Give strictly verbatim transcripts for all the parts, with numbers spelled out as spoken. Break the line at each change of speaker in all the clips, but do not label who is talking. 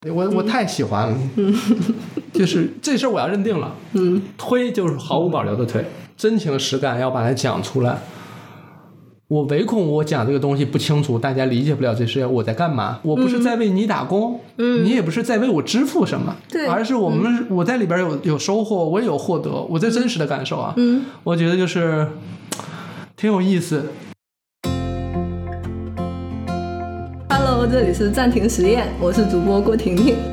我我太喜欢了，嗯，就是这事儿我要认定了，嗯，推就是毫无保留的推，真情实感要把它讲出来。我唯恐我讲这个东西不清楚，大家理解不了这是我在干嘛。我不是在为你打工，嗯，你也不是在为我支付什么，对，而是我们、嗯、我在里边有有收获，我也有获得，我在真实的感受啊，嗯，我觉得就是挺有意思。
Hello， 这里是暂停实验，我是主播郭婷婷。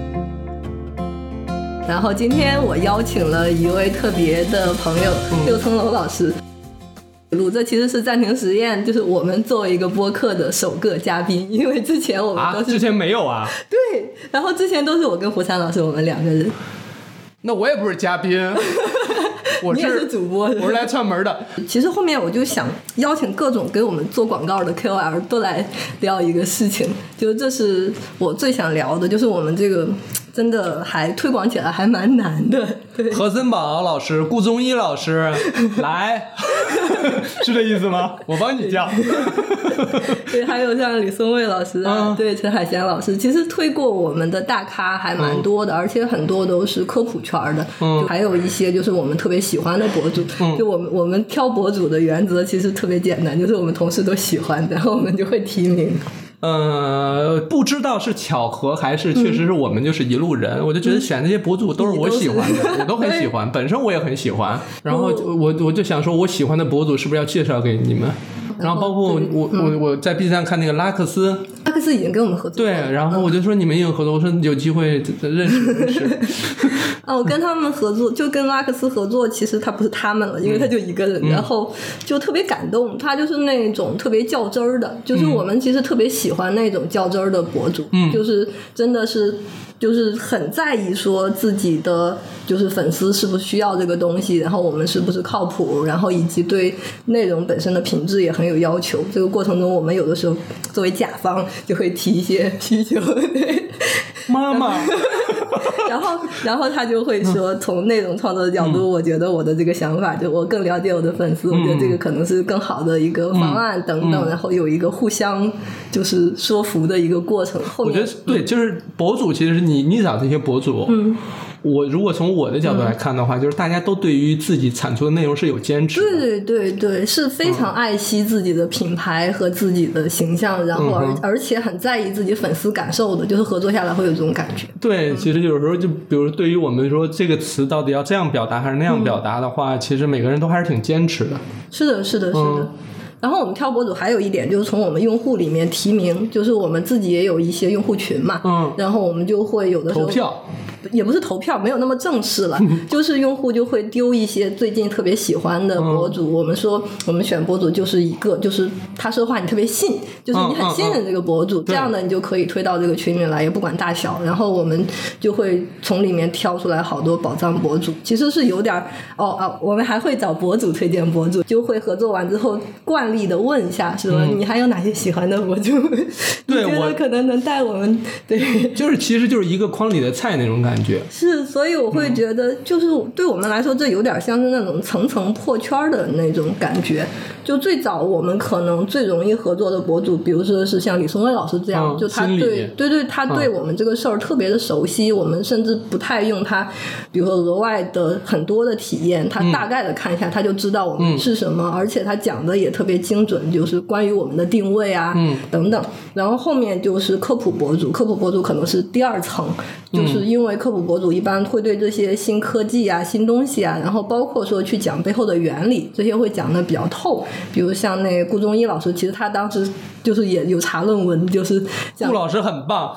然后今天我邀请了一位特别的朋友，嗯、六层楼老师。录这其实是暂停实验，就是我们作为一个播客的首个嘉宾，因为之前我们都是、
啊、之前没有啊。
对，然后之前都是我跟胡山老师我们两个人。
那我也不是嘉宾。我 是,
你也是主播，
我是来串门的。
其实后面我就想邀请各种给我们做广告的 K O L 都来聊一个事情，就这是我最想聊的，就是我们这个真的还推广起来还蛮难的。对，
何森宝老师、顾宗一老师来，是这意思吗？我帮你叫。
对，还有像李松蔚老师啊，嗯、对，陈海贤老师，其实推过我们的大咖还蛮多的，嗯、而且很多都是科普圈的，嗯、就还有一些就是我们特别喜欢的博主。嗯、就我们我们挑博主的原则其实特别简单，就是我们同事都喜欢，然后我们就会提名。
呃，不知道是巧合还是确实是我们就是一路人，嗯、我就觉得选这些博主都是我喜欢的，我都很喜欢，本身我也很喜欢，然后我我就想说我喜欢的博主是不是要介绍给你们，然后包括我我、嗯、我在 B 站看那个拉克斯，
拉克斯已经跟我们合作了，
对，然后我就说你们也有合作，我说有机会认识认识。
啊，我跟他们合作，就跟拉克斯合作，其实他不是他们了，因为他就一个人，嗯、然后就特别感动，他就是那种特别较真儿的，就是我们其实特别喜欢那种较真儿的博主，嗯、就是真的是。就是很在意说自己的就是粉丝是不是需要这个东西，然后我们是不是靠谱，然后以及对内容本身的品质也很有要求。这个过程中我们有的时候作为甲方就会提一些需求。
妈妈
然后然后他就会说从内容创作的角度，嗯、我觉得我的这个想法就我更了解我的粉丝，嗯、我觉得这个可能是更好的一个方案等等，嗯、然后有一个互相就是说服的一个过程。后面
我觉得对，就是博主其实是你你找这些博主，嗯，我如果从我的角度来看的话，嗯、就是大家都对于自己产出的内容是有坚持的，
对对对，是非常爱惜自己的品牌和自己的形象，嗯、然后而、嗯、而且很在意自己粉丝感受的，就是合作下来会有这种感觉。
对，其实有时候就比如对于我们说这个词到底要这样表达还是那样表达的话，嗯、其实每个人都还是挺坚持的。
是的，是的，是的。嗯然后我们挑博主还有一点就是从我们用户里面提名，就是我们自己也有一些用户群嘛，嗯，然后我们就会有的时候
投票，
也不是投票，没有那么正式了，就是用户就会丢一些最近特别喜欢的博主，嗯、我们说我们选博主就是一个，就是他说话你特别信，就是你很信任这个博主，嗯嗯嗯、这样的你就可以推到这个群里来，也不管大小，然后我们就会从里面挑出来好多宝藏博主，其实是有点哦啊，我们还会找博主推荐博主，就会合作完之后惯例的问一下，是吧？嗯、你还有哪些喜欢的博主？
对，
你觉得可能能带我们对，
就是其实就是一个筐里的菜那种感觉。
是，所以我会觉得，就是对我们来说，这有点像是那种层层破圈的那种感觉。就最早我们可能最容易合作的博主，比如说是像李松蔚老师这样，
嗯、
就他对对对，他对我们这个事儿特别的熟悉，嗯、我们甚至不太用他，比如说额外的很多的体验，他大概的看一下，嗯、他就知道我们是什么，嗯、而且他讲的也特别精准，就是关于我们的定位啊，嗯、等等。然后后面就是科普博主，科普博主可能是第二层，就是因为科普博主一般会对这些新科技啊、新东西啊，然后包括说去讲背后的原理，这些会讲的比较透。比如像那个顾宗一老师，其实他当时就是也有查论文，就是
顾老师很棒。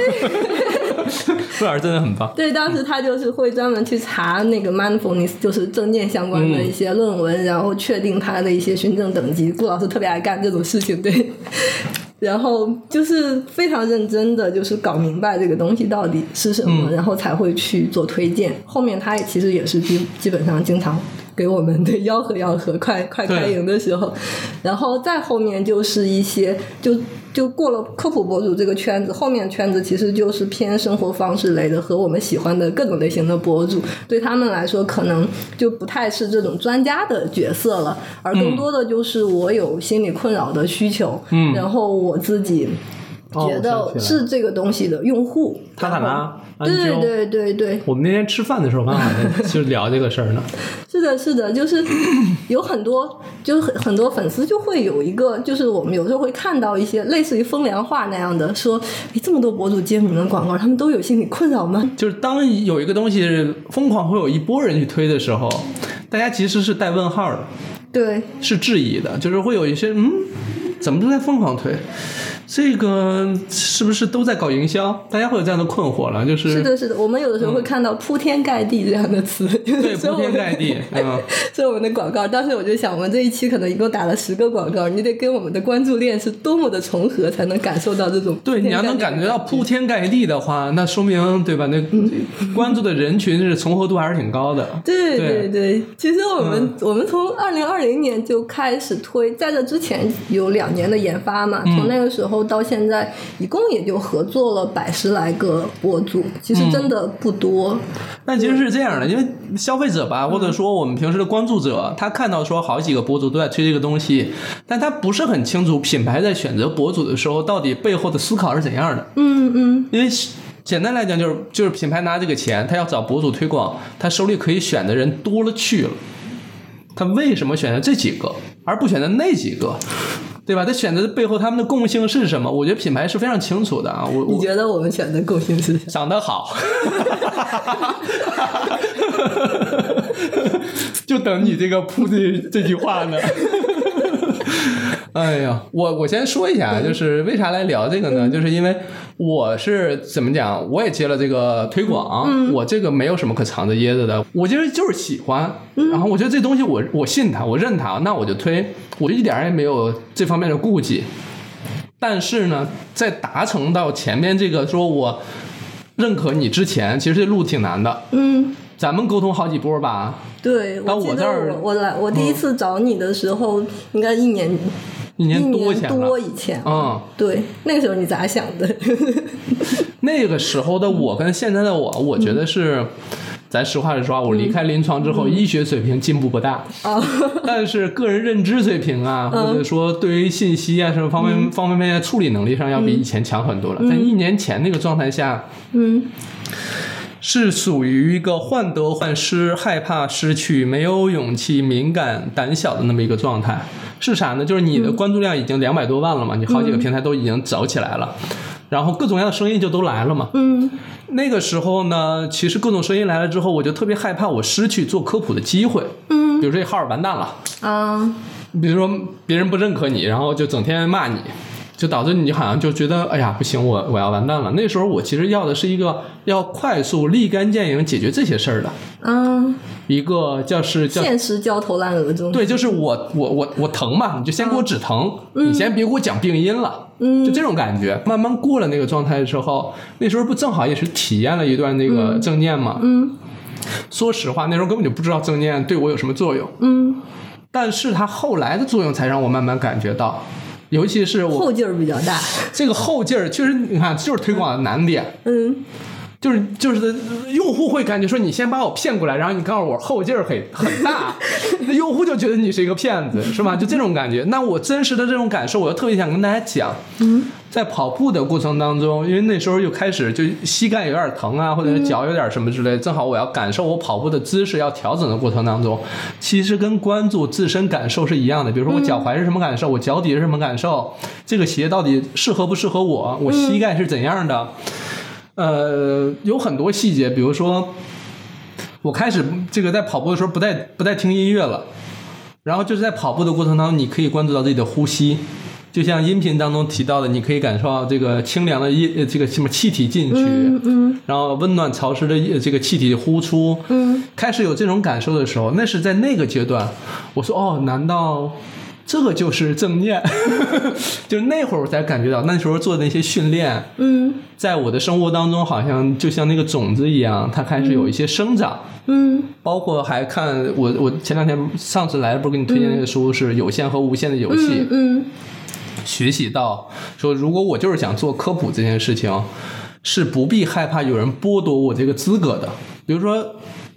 顾老师真的很棒。
对，当时他就是会专门去查那个 mindfulness， 就是正念相关的一些论文，嗯、然后确定他的一些循证等级。顾老师特别爱干这种事情，对。然后就是非常认真的就是搞明白这个东西到底是什么，嗯、然后才会去做推荐。后面他其实也是基基本上经常给我们对吆喝吆喝快快开营的时候，然后再后面就是一些就就过了科普博主这个圈子，后面圈子其实就是偏生活方式类的和我们喜欢的各种类型的博主，对他们来说可能就不太是这种专家的角色了，而更多的就是我有心理困扰的需求，嗯，然后我自己觉得是这个东西的用户。
塔塔拉，
对对对对，
我们那天吃饭的时候刚好就聊这个事儿呢。
是的，是的，就是有很多，就是很很多粉丝就会有一个，就是我们有时候会看到一些类似于风凉话那样的，说，哎，这么多博主接你们的广告，他们都有心理困扰吗？
就是当有一个东西疯狂会有一波人去推的时候，大家其实是带问号的，
对，
是质疑的，就是会有一些嗯，怎么都在疯狂推。这个是不是都在搞营销？大家会有这样的困惑了，就是
是的，是的，我们有的时候会看到铺天盖地这样的词，
嗯、对，铺天盖地，嗯，
所以我们的广告，当时我就想，我们这一期可能一共打了十个广告，你得跟我们的关注链是多么的重合，才能感受到这种
对，你要能感觉到铺天盖地的话，那说明对吧？那关注的人群是重合度还是挺高的。
对对 对, 对，其实我们、嗯、我们从二零二零年就开始推，在这之前有两年的研发嘛，从那个时候到现在一共也就合作了百十来个博主，其实真的不多。
但其实是这样的，因为消费者吧，或者说我们平时的关注者，他看到说好几个博主都在推这个东西，但他不是很清楚品牌在选择博主的时候到底背后的思考是怎样的。
嗯嗯，
因为简单来讲就是就是品牌拿这个钱，他要找博主推广，他手里可以选的人多了去了，他为什么选择这几个而不选择那几个？对吧？他选择的背后他们的共性是什么？我觉得品牌是非常清楚的啊。我
你觉得我们选的共性是什么？
长得好，就等你这个铺这这句话呢。哎呀，我我先说一下，就是为啥来聊这个呢？就是因为我是怎么讲，我也接了这个推广，嗯、我这个没有什么可藏着掖着的，我觉得就是喜欢，嗯、然后我觉得这东西我我信它，我认它，那我就推，我就一点也没有这方面的顾忌。但是呢，在达成到前面这个说我认可你之前，其实这路挺难的。嗯。咱们沟通好几波吧。
对，
到我这儿，
我来，我第一次找你的时候，嗯、应该一年
一年多前
了，一年多以前。
嗯，
对，那个时候你咋想的？
那个时候的我跟现在的我，我觉得是，嗯、咱实话实说，我离开临床之后，嗯、医学水平进步不大，嗯、但是个人认知水平啊，嗯、或者说对于信息啊什么方面、嗯、方方面面处理能力上，要比以前强很多了。嗯、在一年前那个状态下，嗯。是属于一个患得患失、害怕失去、没有勇气、敏感、胆小的那么一个状态。是啥呢？就是你的关注量已经两百多万了嘛，你好几个平台都已经走起来了，然后各种各样的声音就都来了嘛。嗯，那个时候呢，其实各种声音来了之后，我就特别害怕我失去做科普的机会。嗯，比如说这号完蛋了啊，比如说别人不认可你，然后就整天骂你。就导致你好像就觉得哎呀不行，我我要完蛋了。那时候我其实要的是一个要快速立竿见影解决这些事儿的，嗯，一个叫是叫
现实焦头烂额中。
对，就是我我我我疼嘛，你就先给我止疼，嗯、你先别给我讲病因了，嗯，就这种感觉。慢慢过了那个状态之后，那时候不正好也是体验了一段那个正念嘛，嗯，嗯说实话那时候根本就不知道正念对我有什么作用，嗯，但是它后来的作用才让我慢慢感觉到。尤其是我
后劲儿比较大，
这个后劲儿确实你看就是推广的难点，嗯，就是就是用户会感觉说你先把我骗过来，然后你告诉我后劲儿很很大，那用户就觉得你是一个骗子，是吧？就这种感觉。那我真实的这种感受，我又特别想跟大家讲，嗯，在跑步的过程当中，因为那时候又开始就膝盖有点疼啊，或者是脚有点什么之类，正好我要感受我跑步的姿势要调整的过程当中，其实跟关注自身感受是一样的。比如说我脚踝是什么感受，我脚底是什么感受，这个鞋到底适合不适合我，我膝盖是怎样的，呃，有很多细节。比如说我开始这个在跑步的时候不带不带听音乐了，然后就是在跑步的过程当中，你可以关注到自己的呼吸。就像音频当中提到的，你可以感受到这个清凉的这个什么气体进去，嗯嗯，然后温暖潮湿的这个气体呼出，嗯，开始有这种感受的时候，那是在那个阶段，我说哦，难道这个就是正念？就那会儿我才感觉到，那时候做的那些训练，嗯，在我的生活当中，好像就像那个种子一样，它开始有一些生长。嗯，包括还看我我前两天上次来不是给你推荐那个书，是有限和无限的游戏，嗯。嗯学习到说，如果我就是想做科普这件事情，是不必害怕有人剥夺我这个资格的。比如说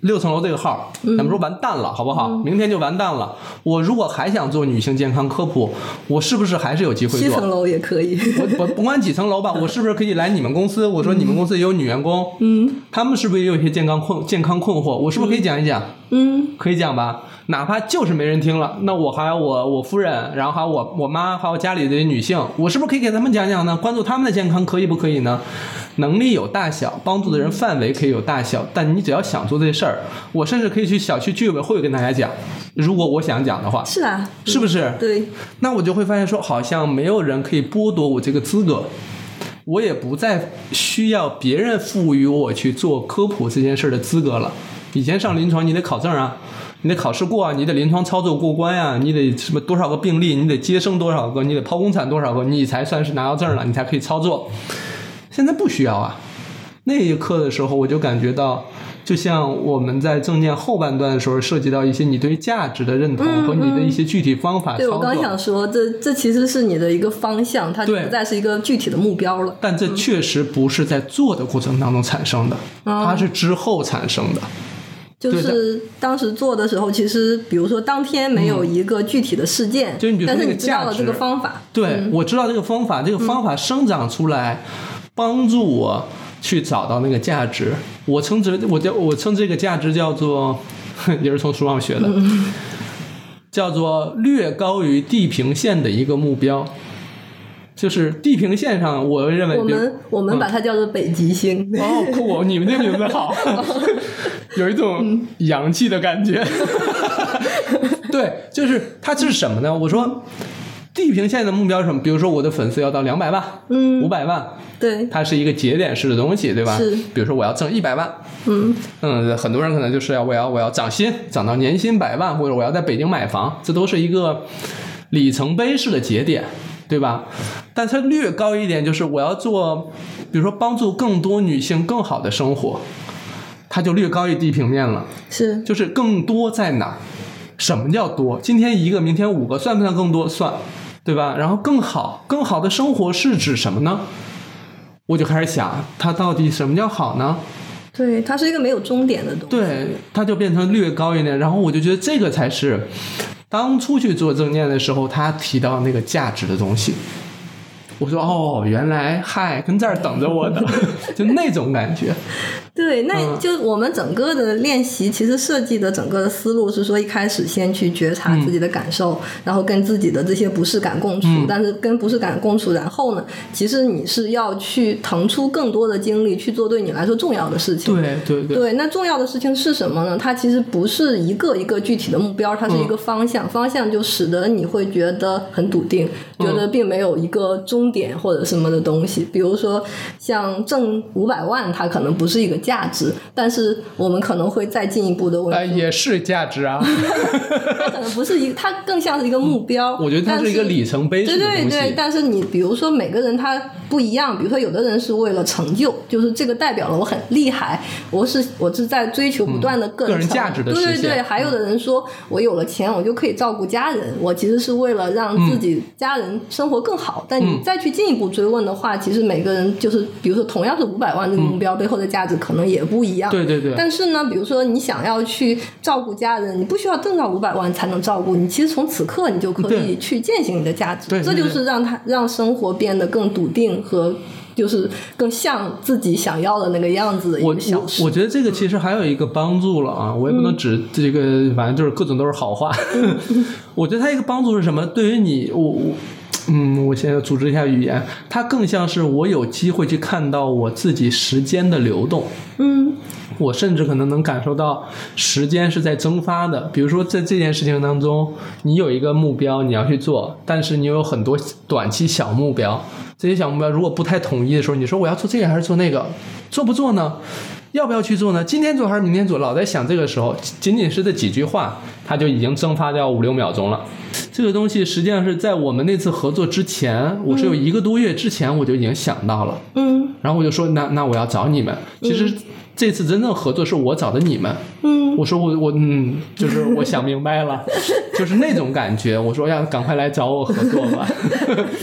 六层楼这个号，咱们说完蛋了，好不好？明天就完蛋了。我如果还想做女性健康科普，我是不是还是有机会做？
七层楼也可以。
我我不管几层楼吧，我是不是可以来你们公司？我说你们公司也有女员工，嗯，他们是不是也有一些健康困健康困惑？我是不是可以讲一讲？嗯，可以讲吧。哪怕就是没人听了，那我还有我我夫人，然后还有我我妈，还有家里的女性，我是不是可以给他们讲讲呢？关注他们的健康可以不可以呢？能力有大小，帮助的人范围可以有大小，但你只要想做这事儿，我甚至可以去小区居委会跟大家讲，如果我想讲的话。
是啊，
是不是？
对。
那我就会发现说，好像没有人可以剥夺我这个资格，我也不再需要别人赋予我去做科普这件事的资格了。以前上临床你得考证啊，你得考试过啊，你得临床操作过关呀、啊，你得什么多少个病例，你得接生多少个，你得剖宫产多少个，你才算是拿到证了，你才可以操作。现在不需要啊。那一刻的时候，我就感觉到，就像我们在正念后半段的时候，涉及到一些你对于价值的认同和你的一些具体方法操作。
对，我刚想说，这这其实是你的一个方向，它就不再是一个具体的目标了。
但这确实不是在做的过程当中产生的，嗯、它是之后产生的。
就是当时做的时候，其实比如说当天没有一个具体的事件，
嗯、就是你比如说那个
但是你知道了这个方法，
对、
嗯、
我知道这个方法，这个方法生长出来，嗯、帮助我去找到那个价值。我称之我叫我称这个价值叫做，也是从书上学的，嗯、叫做略高于地平线的一个目标。就是地平线上，我认为
我们我们把它叫做北极星。
嗯、哦，酷！你们这名字好，有一种洋气的感觉。对，就是它是什么呢？我说地平线的目标是什么？比如说我的粉丝要到两百万，嗯，五百万，
对，
它是一个节点式的东西，对吧？
是。
比如说我要挣一百万，嗯嗯，很多人可能就是要我要我要涨薪，涨到年薪百万，或者我要在北京买房，这都是一个里程碑式的节点。对吧？但它略高一点，就是我要做，比如说帮助更多女性更好的生活，它就略高于地平面了。
是，
就是更多在哪儿？什么叫多？今天一个，明天五个，算不算更多？算，对吧？然后更好，更好的生活是指什么呢？我就开始想，它到底什么叫好呢？
对，它是一个没有终点的东西。
对，它就变成略高一点，然后我就觉得这个才是。当初去做正念的时候，他提到那个价值的东西，我说哦，原来嗨跟这儿等着我的，就那种感觉。
对，那就我们整个的练习其实设计的整个的思路是说，一开始先去觉察自己的感受，嗯、然后跟自己的这些不适感共处，嗯、但是跟不适感共处，然后呢，其实你是要去腾出更多的精力去做对你来说重要的事情。
对对对。
对，那重要的事情是什么呢？它其实不是一个一个具体的目标，它是一个方向，嗯、方向就使得你会觉得很笃定，觉得并没有一个终点或者什么的东西。比如说像挣五百万，它可能不是一个价值，但是我们可能会再进一步的问题、呃、
也是价值啊
它可能不是一个，它更像是一个目标、
嗯、我觉得它是一个里程碑式的东西。
对对对，但是你比如说每个人他不一样，比如说有的人是为了成就，就是这个代表了我很厉害，我是我是在追求不断的个人、
嗯、个人价值的实现。
对对对，还有的人说我有了钱我就可以照顾家人，我其实是为了让自己家人生活更好、嗯、但你再去进一步追问的话，其实每个人就是比如说同样是五百万这个目标、嗯、背后的价值可能也不一样。
对对对。
但是呢，比如说你想要去照顾家人，你不需要挣到五百万才能照顾，你其实从此刻你就可以去践行你的价值。
对，
这就是让他让生活变得更笃定和就是更像自己想要的那个样子的一个小事。
我我觉得这个其实还有一个帮助了啊，我也不能指这个、嗯、反正就是各种都是好话。我觉得它一个帮助是什么？对于你我我嗯，我现在组织一下语言，它更像是我有机会去看到我自己时间的流动。嗯，我甚至可能能感受到时间是在蒸发的。比如说在这件事情当中，你有一个目标你要去做，但是你有很多短期小目标，这些小目标如果不太统一的时候，你说我要做这个还是做那个，做不做呢？要不要去做呢？今天做还是明天做？老在想这个时候，仅仅是这几句话它就已经蒸发掉五六秒钟了。这个东西实际上是在我们那次合作之前，我是有一个多月之前我就已经想到了，嗯，然后我就说那那我要找你们。其实这次真正合作是我找的你们，嗯，我说我我嗯，就是我想明白了，就是那种感觉。我说要赶快来找我合作吧。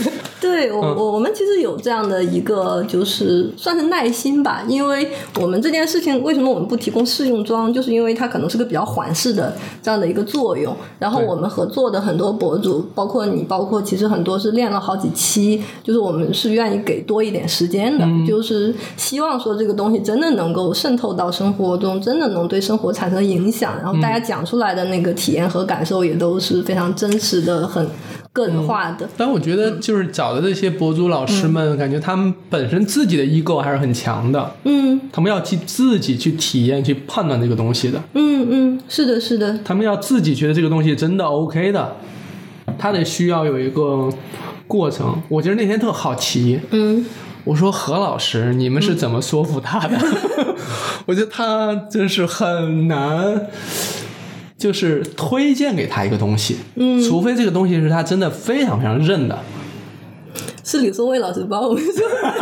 对我、嗯、我们其实有这样的一个就是算是耐心吧，因为我们这件事情为什么我们不提供试用装，就是因为它可能是个比较缓释的这样的一个作用，然后我们合作的很多博主包括你包括其实很多是练了好几期，就是我们是愿意给多一点时间的、嗯、就是希望说这个东西真的能够渗透到生活中，真的能对生活产生影响，然后大家讲出来的那个体验和感受也都是非常真实的很个人化的、嗯、
但我觉得就是找的这些博主老师们、嗯、感觉他们本身自己的 ego 还是很强的，嗯，他们要去自己去体验去判断这个东西的，
嗯嗯，是的是的，
他们要自己觉得这个东西真的 OK 的，他得需要有一个过程。我觉得那天特好奇，嗯，我说何老师你们是怎么说服他的、嗯、我觉得他真是很难就是推荐给他一个东西，嗯，除非这个东西是他真的非常非常认的。
是李松蔚老师帮我们说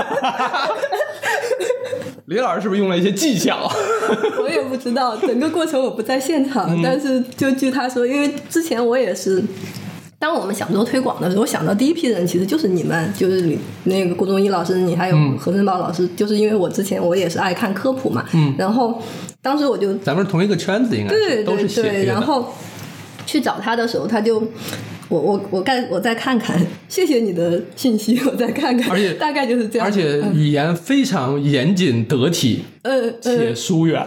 李老师是不是用了一些技巧？
我也不知道，整个过程我不在现场、嗯、但是就据他说，因为之前我也是当我们想做推广的时候，我想到第一批人其实就是你们，就是那个郭宗一老师，你还有何森宝老师、嗯、就是因为我之前我也是爱看科普嘛，嗯，然后当时我就
咱们是同一个圈子，应该是
对对对
都是写这个的，
然后去找他的时候，他就我我我再我再看看，谢谢你的信息，我再看看，
而且
大概就是这样，
而且语言非常严谨得体，嗯，且疏远。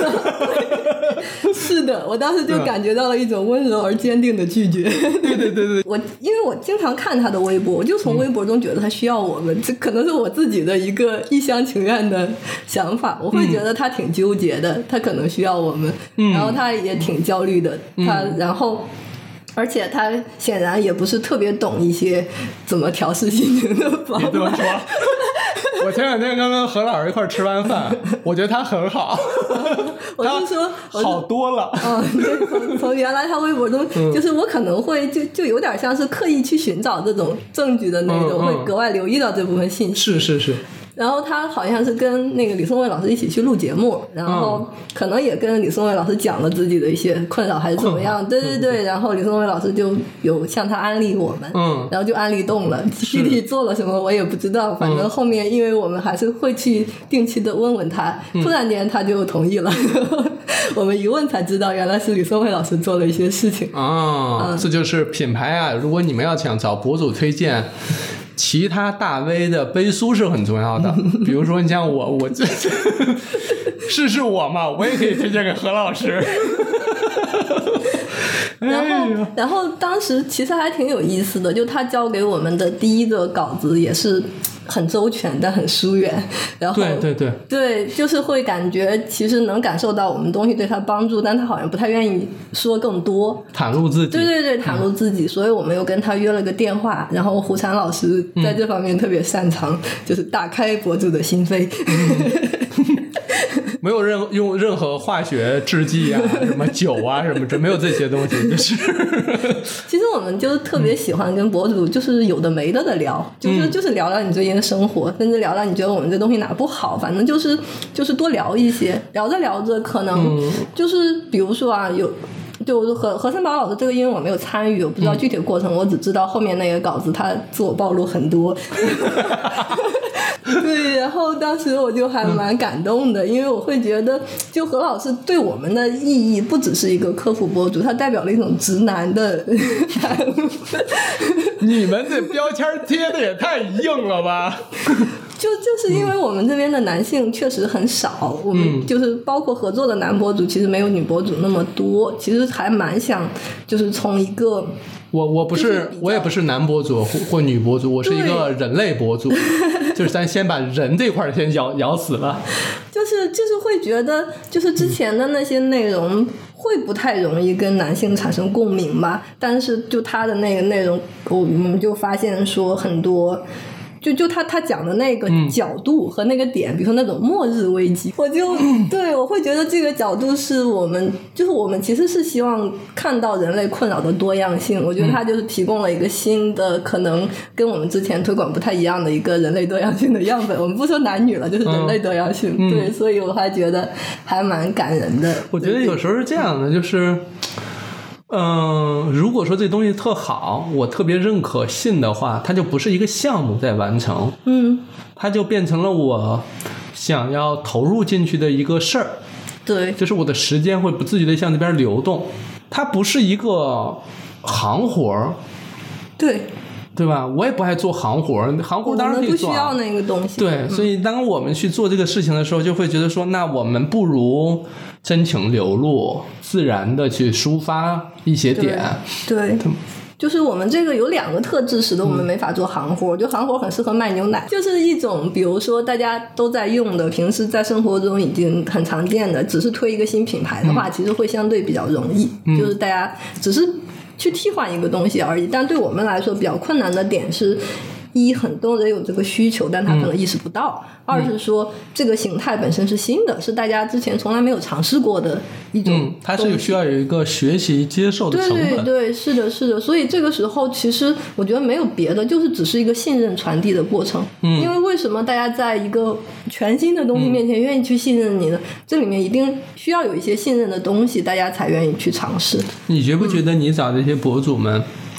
是的，我当时就感觉到了一种温柔而坚定的拒绝。
对对对对，
我因为我经常看他的微博，我就从微博中觉得他需要我们，这可能是我自己的一个一厢情愿的想法。我会觉得他挺纠结的，他可能需要我们，嗯、然后他也挺焦虑的，他、嗯、然后。而且他显然也不是特别懂一些怎么调试心情的方法。
你这么说，我前两天刚跟何老师一块吃完饭，我觉得他很好。
我是说
好多了。
嗯，对，从从原来他微博中，嗯、就是我可能会就就有点像是刻意去寻找这种证据的那种，嗯嗯、会格外留意到这部分信息。
是是是。
然后他好像是跟那个李松蔚老师一起去录节目，然后可能也跟李松蔚老师讲了自己的一些困扰还是怎么样，对对对，然后李松蔚老师就有向他安利我们，嗯，然后就安利动了，具体做了什么我也不知道，反正后面因为我们还是会去定期的问问他，突然间他就同意了，我们一问才知道原来是李松蔚老师做了一些事情
啊、嗯，这就是品牌啊，如果你们要想找博主推荐其他大 V 的背书是很重要的，比如说你像我，我这试试我嘛，我也可以推荐给何老师。
然后，然后当时其实还挺有意思的，就他交给我们的第一个稿子也是很周全但很疏远，然后
对对对
对，就是会感觉其实能感受到我们东西对他帮助，但他好像不太愿意说更多，
袒露自己，
对对对，袒露自己、嗯、所以我们又跟他约了个电话，然后胡禅老师在这方面特别擅长、嗯、就是打开博主的心扉、嗯
没有任用任何化学制剂啊，什么酒啊什么，这没有这些东西，就是。
其实我们就特别喜欢跟博主就是有的没的的聊，嗯、就是就是聊聊你最近的生活，甚至聊聊你觉得我们这东西哪不好，反正就是就是多聊一些，聊着聊着可能就是比如说啊有。就何何森宝老师这个因为我没有参与，我不知道具体的过程、嗯、我只知道后面那个稿子他自我暴露很多对，然后当时我就还蛮感动的、嗯、因为我会觉得就何老师对我们的意义不只是一个科普博主，他代表了一种直男的
你们这标签贴的也太硬了吧
就就是因为我们这边的男性确实很少、嗯、我们就是包括合作的男博主其实没有女博主那么多，其实还蛮想就是从一个
我我不是、就是、我也不是男博主 或, 或女博主，我是一个人类博主就是咱先把人这块先咬咬死了，就是
就是会觉得就是之前的那些内容会不太容易跟男性产生共鸣吧，但是就他的那个内容我们就发现说很多就就他他讲的那个角度和那个点、嗯、比如说那种末日危机，我就、嗯、对我会觉得这个角度是我们就是我们其实是希望看到人类困扰的多样性，我觉得他就是提供了一个新的可能跟我们之前推广不太一样的一个人类多样性的样本，我们不说男女了，就是人类多样性、嗯、对，所以我还觉得还蛮感人的。
我觉得有时候是这样的，就是嗯，如果说这东西特好，我特别认可信的话，它就不是一个项目在完成，
嗯，
它就变成了我想要投入进去的一个事儿。
对，
就是我的时间会不自觉的向那边流动，它不是一个行活，
对，
对吧？我也不爱做行活，行活当然可以做、啊，
我们不需要那个东西。
对、
嗯，
所以当我们去做这个事情的时候，就会觉得说，那我们不如真情流露，自然的去抒发一些点。
对。对，就是我们这个有两个特质使得我们没法做行活、嗯、就行活很适合卖牛奶，就是一种比如说大家都在用的，平时在生活中已经很常见的，只是推一个新品牌的话、嗯、其实会相对比较容易、嗯、就是大家只是去替换一个东西而已。但对我们来说比较困难的点是，一，很多人有这个需求但他可能意识不到、嗯、二是说这个形态本身是新的，是大家之前从来没有尝试过的一种、嗯、
它是需要有一个学习接受的成本。
对对对，是的是的。所以这个时候其实我觉得没有别的，就是只是一个信任传递的过程、嗯、因为为什么大家在一个全新的东西面前愿意去信任你呢、嗯、这里面一定需要有一些信任的东西，大家才愿意去尝试。
你觉不觉得你找这些博主们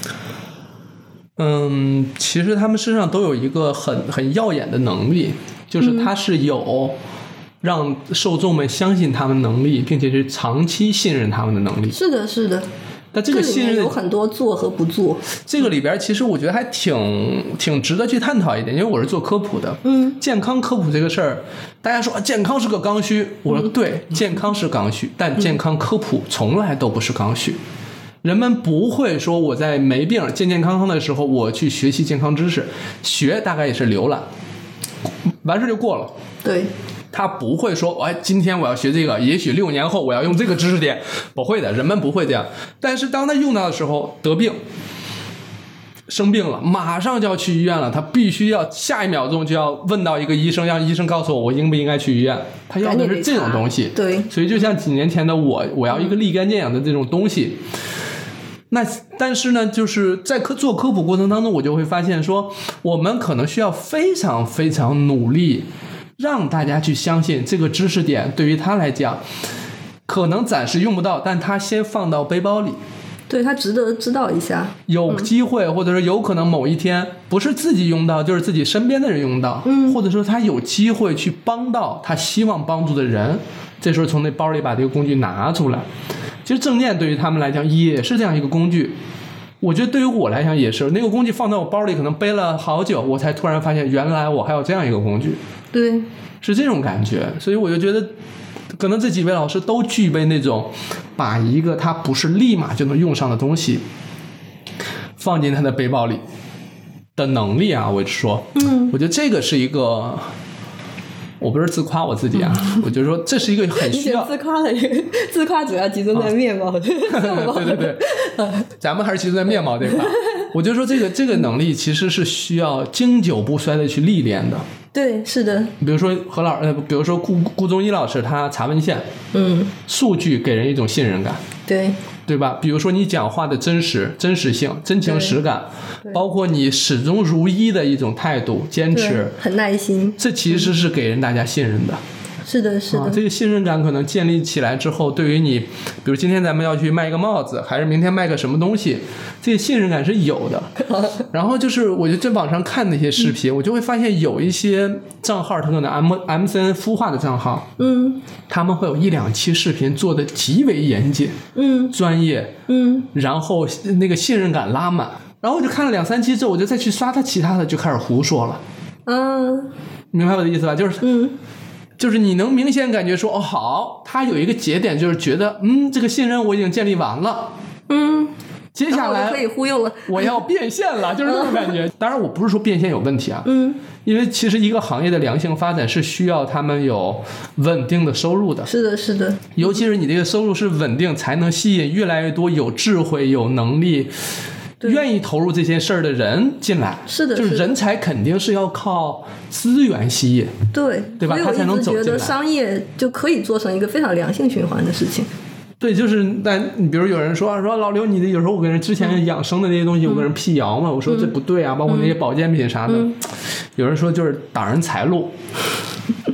嗯，其实他们身上都有一个很很耀眼的能力，就是他是有让受众们相信他们能力，并且是长期信任他们的能力。
是的是的。
但这个信任
有很多做和不做，
这个里边其实我觉得还挺挺值得去探讨一点，因为我是做科普的。
嗯，健
康科普这个事儿，大家说、啊、健康是个刚需，我说对，健康是刚需，但健康科普从来都不是刚需。人们不会说我在没病健健康康的时候我去学习健康知识，学大概也是浏览完事就过了。
对，
他不会说哎，今天我要学这个，也许六年后我要用这个知识点，不会的，人们不会这样。但是当他用到的时候，得病生病了，马上就要去医院了，他必须要下一秒钟就要问到一个医生，让医生告诉我我应不应该去医院，他要的是这种东西。
对，
所以就像几年前的我，我要一个立竿见影的这种东西。那但是呢，就是在科做科普过程当中，我就会发现说，我们可能需要非常非常努力，让大家去相信这个知识点对于他来讲，可能暂时用不到，但他先放到背包里。
对，他值得知道一下，
有机会、嗯、或者说有可能某一天不是自己用到，就是自己身边的人用到、嗯、或者说他有机会去帮到他希望帮助的人，这时候从那包里把这个工具拿出来。其实正念对于他们来讲也是这样一个工具，我觉得对于我来讲也是，那个工具放在我包里可能背了好久，我才突然发现原来我还有这样一个工具。
对，
是这种感觉。所以我就觉得可能这几位老师都具备那种把一个他不是立马就能用上的东西放进他的背包里的能力啊。我就说嗯，我觉得这个是一个，我不是自夸我自己啊、嗯、我就说这是一个很需要
自夸的人，自夸主要集中在面貌、啊、
对对对，咱们还是集中在面貌这块。我就说这个这个能力其实是需要经久不衰的去历练的。
对，是的。
比如说何老呃，比如说顾顾宗一老师，他查文献，
嗯，
数据给人一种信任感，
对
对吧？比如说你讲话的真实、真实性、真情实感，包括你始终如一的一种态度、坚持，
很耐心，
这其实是给人大家信任的。
是的是的、啊、
这个信任感可能建立起来之后，对于你比如今天咱们要去卖一个帽子，还是明天卖个什么东西，这个信任感是有的。然后就是我就在网上看那些视频、嗯、我就会发现有一些账号，他可能 M M C N 孵化的账号，
嗯，
他们会有一两期视频做的极为严谨，
嗯，
专业，
嗯，
然后那个信任感拉满，然后我就看了两三期之后，我就再去刷他其他的，就开始胡说了。
嗯，
明白我的意思吧？就是
嗯。
就是你能明显感觉说哦好，他有一个节点，就是觉得嗯这个信任我已经建立完了，
嗯，
接下来
可以忽悠了，
我要变现了，就是这种感觉。当然我不是说变现有问题啊，
嗯，
因为其实一个行业的良性发展是需要他们有稳定的收入的。
是的是的，
尤其是你这个收入是稳定，才能吸引越来越多有智慧有能力愿意投入这件事儿的人进来。
是的，
就是人才肯定是要靠资源吸引，
对
对吧？他才能走进来。
我一直觉得商业就可以做成一个非常良性循环的事情。
对，就是但你比如有人说说老刘，你的有时候我跟人之前养生的那些东西，嗯、我跟人辟谣嘛，我说这不对啊，嗯、包括那些保健品啥的，嗯、有人说就是挡人财路。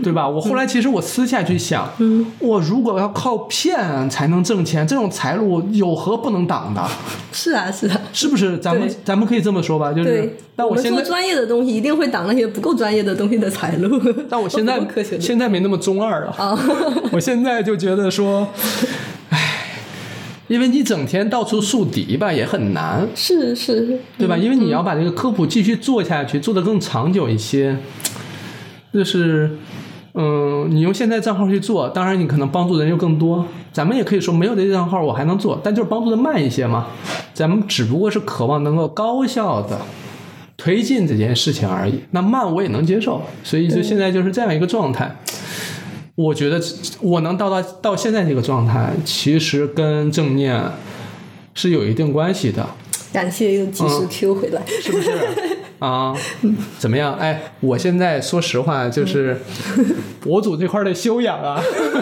对吧？我后来其实我私下去想，嗯，我如果要靠骗才能挣钱，这种财路有何不能挡的？
是啊，是啊，
是不是？咱们咱们可以这么说吧，就是。但我现在
做专业的东西一定会挡那些不够专业的东西的财路。
但我现在现在没那么中二了，啊、我现在就觉得说，唉，因为你整天到处树敌吧，也很难，
是是，
对吧？因为你要把这个科普继续做下去，做得更长久一些，就是。嗯，你用现在账号去做，当然你可能帮助人又更多。咱们也可以说没有这账号我还能做，但就是帮助的慢一些嘛。咱们只不过是渴望能够高效的推进这件事情而已。那慢我也能接受，所以就现在就是这样一个状态。我觉得我能到到到现在这个状态，其实跟正念是有一定关系的。
感谢又及时 Q 回来，
嗯、是不是？啊，怎么样？哎，我现在说实话，就是博主这块的修养啊，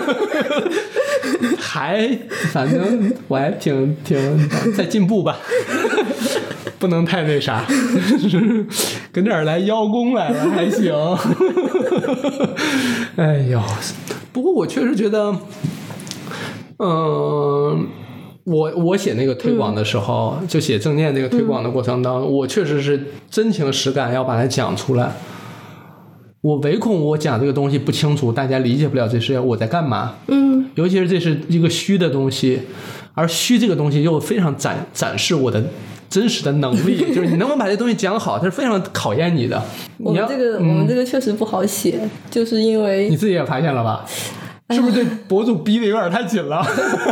还反正我还挺挺在进步吧，不能太那啥，跟这儿来邀功来了还行。哎呦，不过我确实觉得，嗯、呃。我我写那个推广的时候、嗯、就写正念这个推广的过程当中、嗯、我确实是真情实感要把它讲出来。我唯恐我讲这个东西不清楚，大家理解不了这是我在干嘛。嗯，尤其是这是一个虚的东西，而虚这个东西又非常展展示我的真实的能力，就是你能不能把这东西讲好，它是非常考验你的。
我们这个、嗯、我们这个确实不好写，就是因为
你自己也发现了吧？是不是对博主逼得有点太紧了？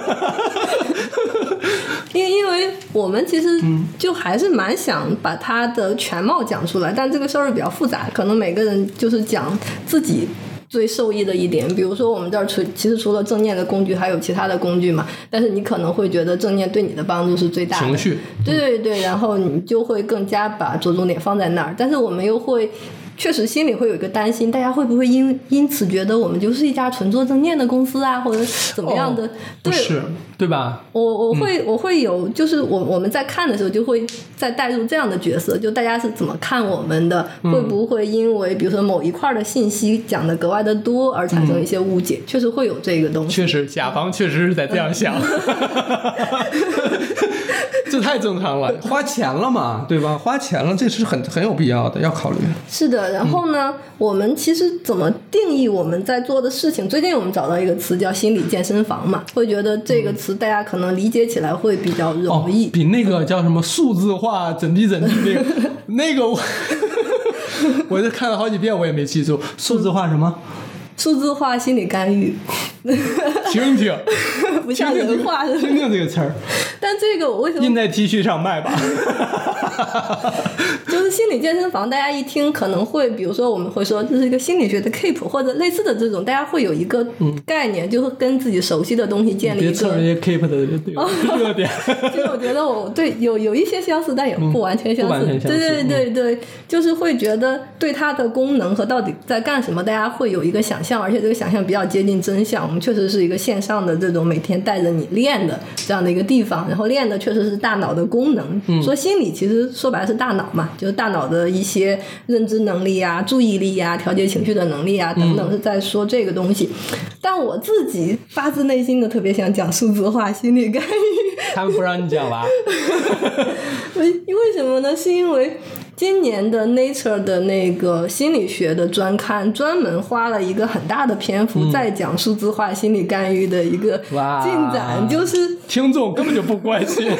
因为因为我们其实就还是蛮想把它的全貌讲出来、嗯、但这个事儿比较复杂，可能每个人就是讲自己最受益的一点。比如说我们这儿除其实除了正念的工具还有其他的工具嘛，但是你可能会觉得正念对你的帮助是最大的，
情绪，
对对对，然后你就会更加把着重点放在那儿。但是我们又会确实心里会有一个担心，大家会不会因因此觉得我们就是一家纯做正念的公司啊，或者怎么样的？哦、
对，不是，对吧？
我我会、嗯、我会有，就是我我们在看的时候就会再带入这样的角色，就大家是怎么看我们的？嗯、会不会因为比如说某一块的信息讲的格外的多而产生一些误解？嗯、确实会有这个东西。
确实，甲方确实是在这样想。这太正常了，花钱了嘛，对吧？花钱了，这是很很有必要的，要考虑。
是的，然后呢、嗯、我们其实怎么定义我们在做的事情？最近我们找到一个词叫心理健身房嘛，会觉得这个词大家可能理解起来会比较容易、
哦、比那个叫什么数字化怎地怎地那个那个我我就看了好几遍我也没记住数字化什么
数字化心理干预。
听听
不像人话是
听听这个词儿，
但这个我为什么
印在 T 恤上卖吧？
就是心理健身房，大家一听可能会，比如说我们会说这是一个心理学的 Keep 或者类似的这种，大家会有一个概念，嗯、就会跟自己熟悉的东西建立一个。别蹭人家
Keep 的热点。
其实我觉得我对有有一些相似，但也不完全相似。嗯、对对对对，嗯、就是会觉得对它的功能和到底在干什么，大家会有一个想象，而且这个想象比较接近真相。我们确实是一个线上的这种每天带着你练的这样的一个地方，然后练的确实是大脑的功能。嗯、说心理其实说白了是大脑嘛，就是大脑的一些认知能力啊、注意力啊、调节情绪的能力啊等等，是在说这个东西。嗯、但我自己发自内心的特别想讲数字化心理干预。
他们不让你讲吧？
为什么呢？是因为今年的 Nature 的那个心理学的专刊专门花了一个很大的篇幅在讲数字化心理干预的一个进展，嗯、就是
听众根本就不关心。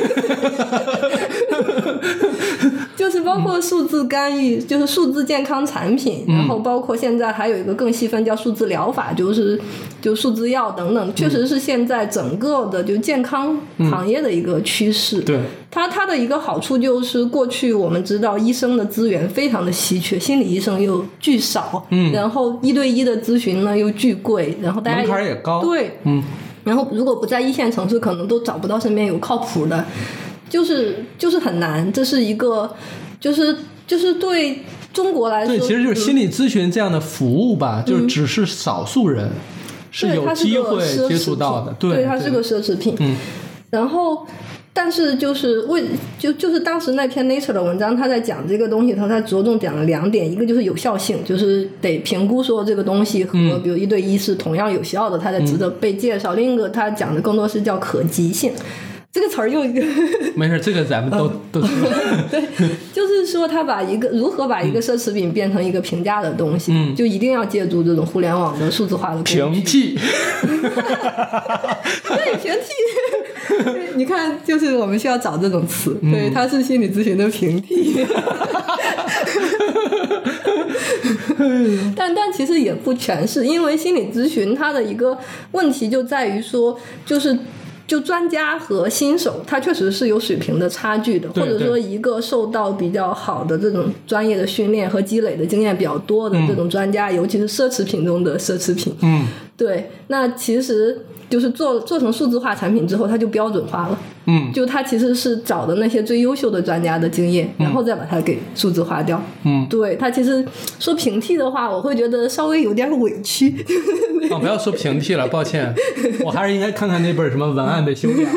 就是包括数字干预，就是数字健康产品，嗯、然后包括现在还有一个更细分叫数字疗法，就是就数字药等等，确实是现在整个的就健康行业的一个趋势。嗯、对，它它的一个好处就是过去我们知道医生的资源非常的稀缺，心理医生又巨少，嗯，然后一对一的咨询呢又巨贵，然后大家
门槛也高，
对，嗯，然后如果不在一线城市，可能都找不到身边有靠谱的。就是就是很难，这是一个就是就是对中国来说，
对，其实就是心理咨询这样的服务吧，嗯、就是只是少数人是有机会接触到的，
对，它是个奢侈品。嗯，然后但是就是为就就是当时那篇 Nature 的文章，他在讲这个东西的时候，他着重讲了两点，一个就是有效性，就是得评估说这个东西和比如一对一是同样有效的，它才值得被介绍。嗯、另一个他讲的更多是叫可及性。这个词儿又
没事，这个咱们都、嗯、都知道。
对，就是说他把一个如何把一个奢侈品变成一个平价的东西，嗯、就一定要借助这种互联网的数字化的工具。
平替。
对，平替。你看，就是我们需要找这种词，嗯、对，它是心理咨询的平替。但但其实也不全是，因为心理咨询它的一个问题就在于说，就是就专家和新手他确实是有水平的差距的，或者说一个受到比较好的这种专业的训练和积累的经验比较多的这种专家、嗯、尤其是奢侈品中的奢侈品，嗯，对，那其实就是做做成数字化产品之后它就标准化了，嗯，就它其实是找的那些最优秀的专家的经验、嗯、然后再把它给数字化掉，嗯，对，它其实说平替的话我会觉得稍微有点委屈。
哦，不要说平替了，抱歉，我还是应该看看那本什么文案的修养。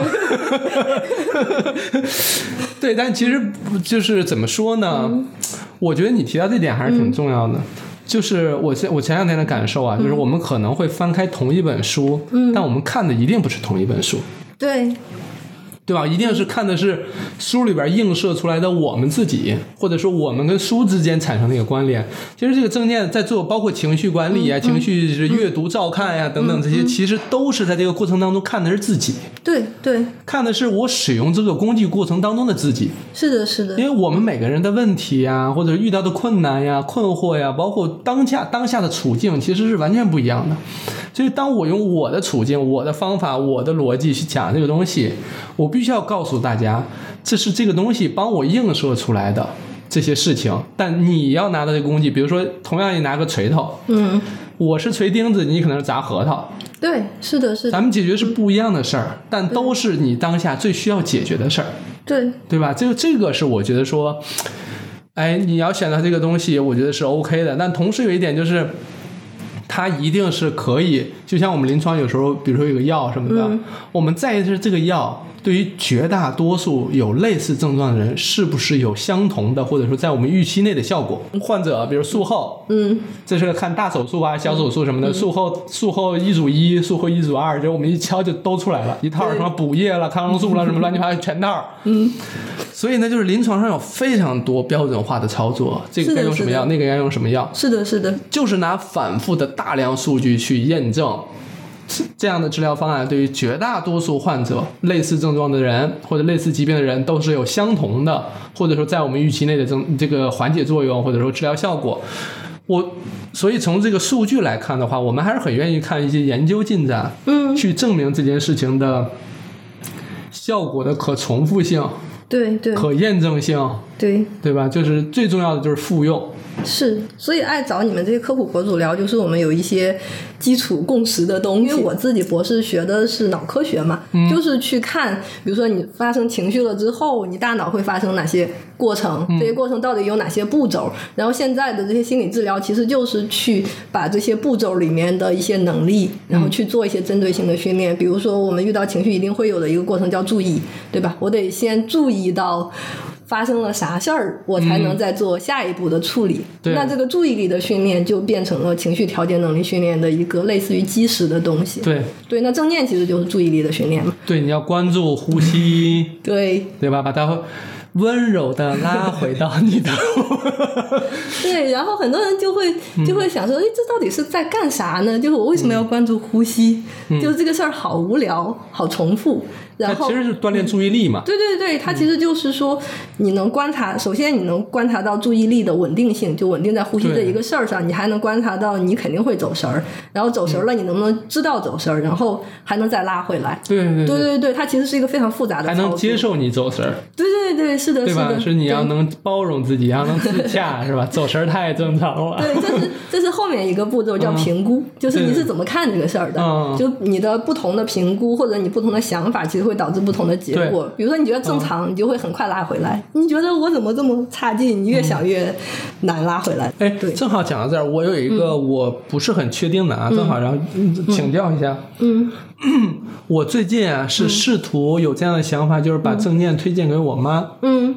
对，但其实就是怎么说呢、嗯、我觉得你提到这点还是挺重要的、嗯、就是我我前两天的感受啊、嗯、就是我们可能会翻开同一本书、嗯、但我们看的一定不是同一本书。
对
对吧？一定是看的是书里边映射出来的我们自己，或者说我们跟书之间产生的一个关联。其实这个正念在做包括情绪管理啊、嗯、情绪是阅读照看呀、啊、等等这些、嗯、其实都是在这个过程当中看的是自己。
对对，
看的是我使用这个工具过程当中的自己。
是的是的，
因为我们每个人的问题呀，或者遇到的困难呀、困惑呀，包括当下当下的处境其实是完全不一样的。所以当我用我的处境、我的方法、我的逻辑去讲这个东西，我必须要告诉大家，这是这个东西帮我映射出来的这些事情。但你要拿到这个工具，比如说同样你拿个锤头，嗯，我是锤钉子，你可能是砸核桃。
对，是的是的，
咱们解决是不一样的事儿，但都是你当下最需要解决的事儿。
对，
对吧？这个这个是我觉得说，哎，你要选择这个东西，我觉得是 OK 的。但同时有一点就是，它一定是可以，就像我们临床有时候比如说有个药什么的、嗯、我们在意的是这个药对于绝大多数有类似症状的人是不是有相同的或者说在我们预期内的效果。患者比如术后，嗯，这是看大手术啊小手术什么的、嗯、术后术后一组一术后一组二，就我们一敲就都出来了，一套什么补液了抗生素了什么乱七八糟全套。嗯，所以呢就是临床上有非常多标准化的操作，这个该用什么药那个该用什么药，
是的是的，
就是拿反复的大量数据去验证这样的治疗方案对于绝大多数患者类似症状的人或者类似疾病的人都是有相同的或者说在我们预期内的这个缓解作用或者说治疗效果。我所以从这个数据来看的话，我们还是很愿意看一些研究进展，嗯，去证明这件事情的效果的可重复性，
对对，
可验证性，对对吧？就是最重要的就是复用。
是，所以爱找你们这些科普博主聊，就是我们有一些基础共识的东西。因为我自己博士学的是脑科学嘛、嗯、就是去看比如说你发生情绪了之后你大脑会发生哪些过程、嗯、这些过程到底有哪些步骤，然后现在的这些心理治疗其实就是去把这些步骤里面的一些能力然后去做一些针对性的训练、嗯、比如说我们遇到情绪一定会有的一个过程叫注意，对吧？我得先注意到发生了啥事儿，我才能再做下一步的处理、嗯、那这个注意力的训练就变成了情绪调节能力训练的一个类似于基石的东西。对对，那正念其实就是注意力的训练嘛。
对，你要关注呼吸
对
对吧，把它温柔的拉回到你的
对，然后很多人就会就会想说哎、嗯，这到底是在干啥呢？就是我为什么要关注呼吸、嗯、就是这个事儿好无聊好重复，然后
它其实是锻炼注意力嘛。
对对对，它其实就是说你能观察，首先你能观察到注意力的稳定性，就稳定在呼吸这一个事儿上，你还能观察到你肯定会走神儿，然后走神了你能不能知道走神儿、嗯、然后还能再拉回来。对对 对, 对对对，它其实是一个非常复杂的操作，
还能接受你走神儿。
对对对，是的，
对吧？
是的，
是你要能包容自己，要能自洽是吧？走神儿太正常了。
对，这是这是后面一个步骤叫评估、嗯、就是你是怎么看这个事儿的、嗯、就你的不同的评估或者你不同的想法其实会会导致不同的结果。比如说你觉得正常、嗯、你就会很快拉回来，你觉得我怎么这么差劲，你越想越难拉回来。
哎、嗯，对，正好讲到这儿，我有一个我不是很确定的啊，嗯、正好然后请教一下。嗯，我最近啊是试图有这样的想法，就是把正念推荐给我妈。嗯。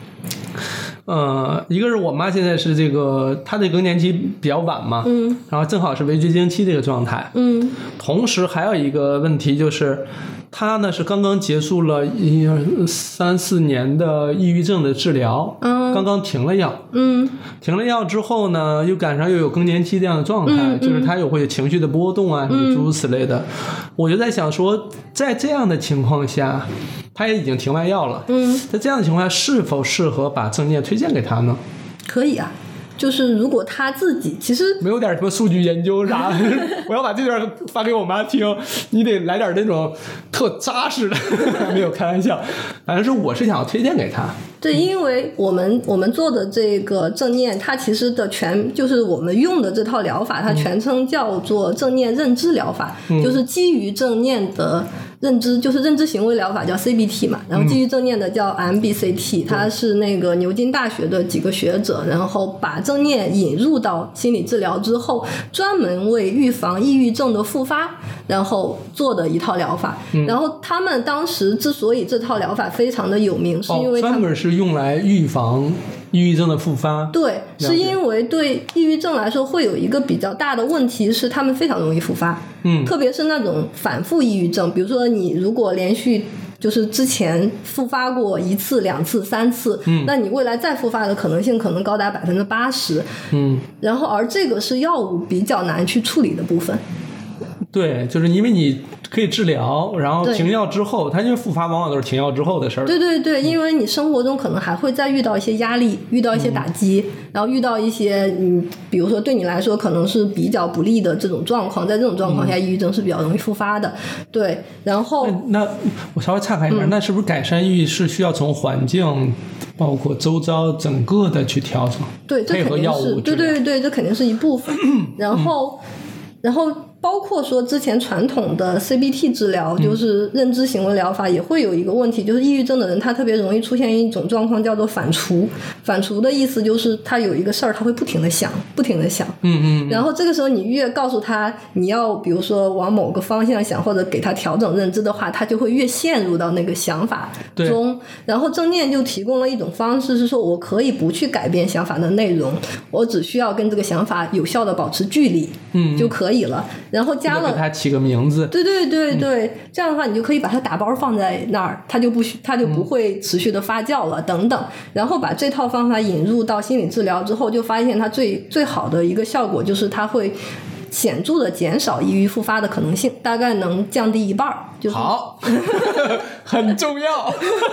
呃，一个是我妈现在是这个她的更年期比较晚嘛，嗯，然后正好是围绝经期这个状态，嗯，同时还有一个问题就是她呢是刚刚结束了一三四年的抑郁症的治疗，嗯，刚刚停了药，嗯，停了药之后呢又赶上又有更年期这样的状态，嗯嗯、就是她有会有情绪的波动啊，什么诸如此类的，嗯、我就在想说在这样的情况下他也已经停完药了，嗯，在这样的情况下是否适合把正念推荐给他呢？
可以啊，就是如果他自己其实
没有点什么数据研究啥我要把这段发给我妈听，你得来点那种特扎实的没有开玩笑，反正是我是想要推荐给他。
对，因为我们我们做的这个正念，它其实的全就是我们用的这套疗法，它全称叫做正念认知疗法，嗯、就是基于正念的认知，就是认知行为疗法叫 C B T 嘛，然后基于正念的叫 M B C T，、嗯、它是那个牛津大学的几个学者，然后把正念引入到心理治疗之后，专门为预防抑郁症的复发，然后做的一套疗法。嗯、然后他们当时之所以这套疗法非常的有名，是因为他们、
哦、专门是用来预防抑郁症的复发。
对，是因为对抑郁症来说会有一个比较大的问题是他们非常容易复发，嗯，特别是那种反复抑郁症，比如说你如果连续就是之前复发过一次两次三次，嗯，那你未来再复发的可能性可能高达百分之八十，嗯，然后而这个是药物比较难去处理的部分。
对，就是因为你可以治疗，然后停药之后，它因为复发往往都是停药之后的事儿。
对对对，因为你生活中可能还会再遇到一些压力，遇到一些打击，嗯、然后遇到一些嗯，比如说对你来说可能是比较不利的这种状况，在这种状况下，嗯、抑郁症是比较容易复发的。对，然后
那, 那我稍微岔开一下，嗯、那是不是改善抑郁是需要从环境，包括周遭整个的去调整？
对，这肯定是，对对对，这肯定是一部分。然后，嗯、然后。包括说之前传统的 C B T 治疗，就是认知行为疗法，也会有一个问题，就是抑郁症的人他特别容易出现一种状况叫做反刍。反刍的意思就是他有一个事儿他会不停的想不停的想，嗯嗯，然后这个时候你越告诉他你要比如说往某个方向想，或者给他调整认知的话，他就会越陷入到那个想法中。然后正念就提供了一种方式，是说我可以不去改变想法的内容，我只需要跟这个想法有效的保持距离，嗯，就可以了。然后加了
给它起个名字，
对对对对、嗯、这样的话你就可以把它打包放在那儿，它就不它就不会持续的发酵了、嗯、等等。然后把这套方法引入到心理治疗之后，就发现它最最好的一个效果就是它会显著的减少抑郁复发的可能性，大概能降低一半。就是、
好很重要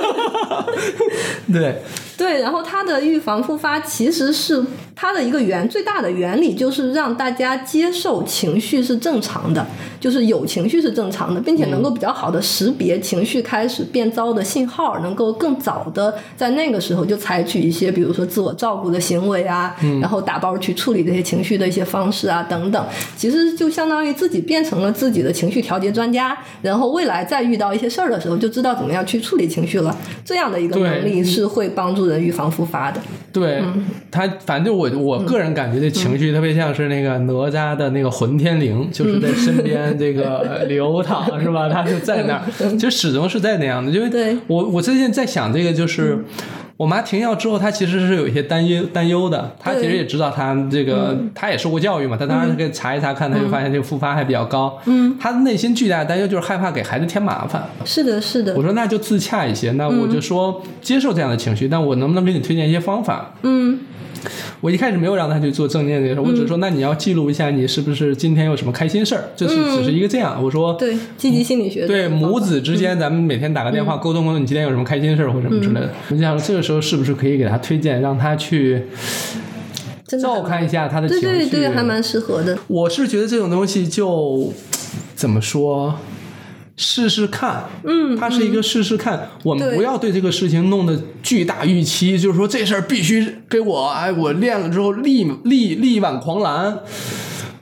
对
对，然后它的预防复发其实是它的一个原最大的原理，就是让大家接受情绪是正常的，就是有情绪是正常的，并且能够比较好的识别情绪开始变糟的信号，能够更早的在那个时候就采取一些比如说自我照顾的行为啊、嗯、然后打包去处理这些情绪的一些方式啊等等，其实就相当于自己变成了自己的情绪调节专家，然后未来再遇到一些事儿的时候就知道怎么样去处理情绪了，这样的一个能力是会帮助人预防复发的。
对、嗯、他反正我我个人感觉这情绪特别像是那个哪吒的那个混天绫、嗯、就是在身边这个流淌、嗯、是吧，他就在那儿、嗯、就始终是在那样的。因为我我最近在想这个，就是我妈停药之后她其实是有一些担忧担忧的，她其实也知道她这个她也受过教育嘛，她当然可以查一查看，她就发现这个复发还比较高，嗯，她的内心巨大的担忧就是害怕给孩子添麻烦。
是的是的，
我说那就自洽一些，那我就说接受这样的情绪，但我能不能给你推荐一些方法？嗯，我一开始没有让他去做正念这个事，我只是说那你要记录一下你是不是今天有什么开心事儿，这是只是一个这样。我说
对积极心理学，
对母子之间咱们每天打个电话沟通沟通你今天有什么开心事儿或什么之类的。我就想这个时候是不是可以给他推荐，让他去照看一下他的情绪。
对对对，还蛮适合的。
我是觉得这种东西就怎么说，试试看，嗯，它是一个试试看、嗯、我们不要对这个事情弄得巨大预期，就是说这事儿必须给我，哎，我练了之后力力力挽狂澜。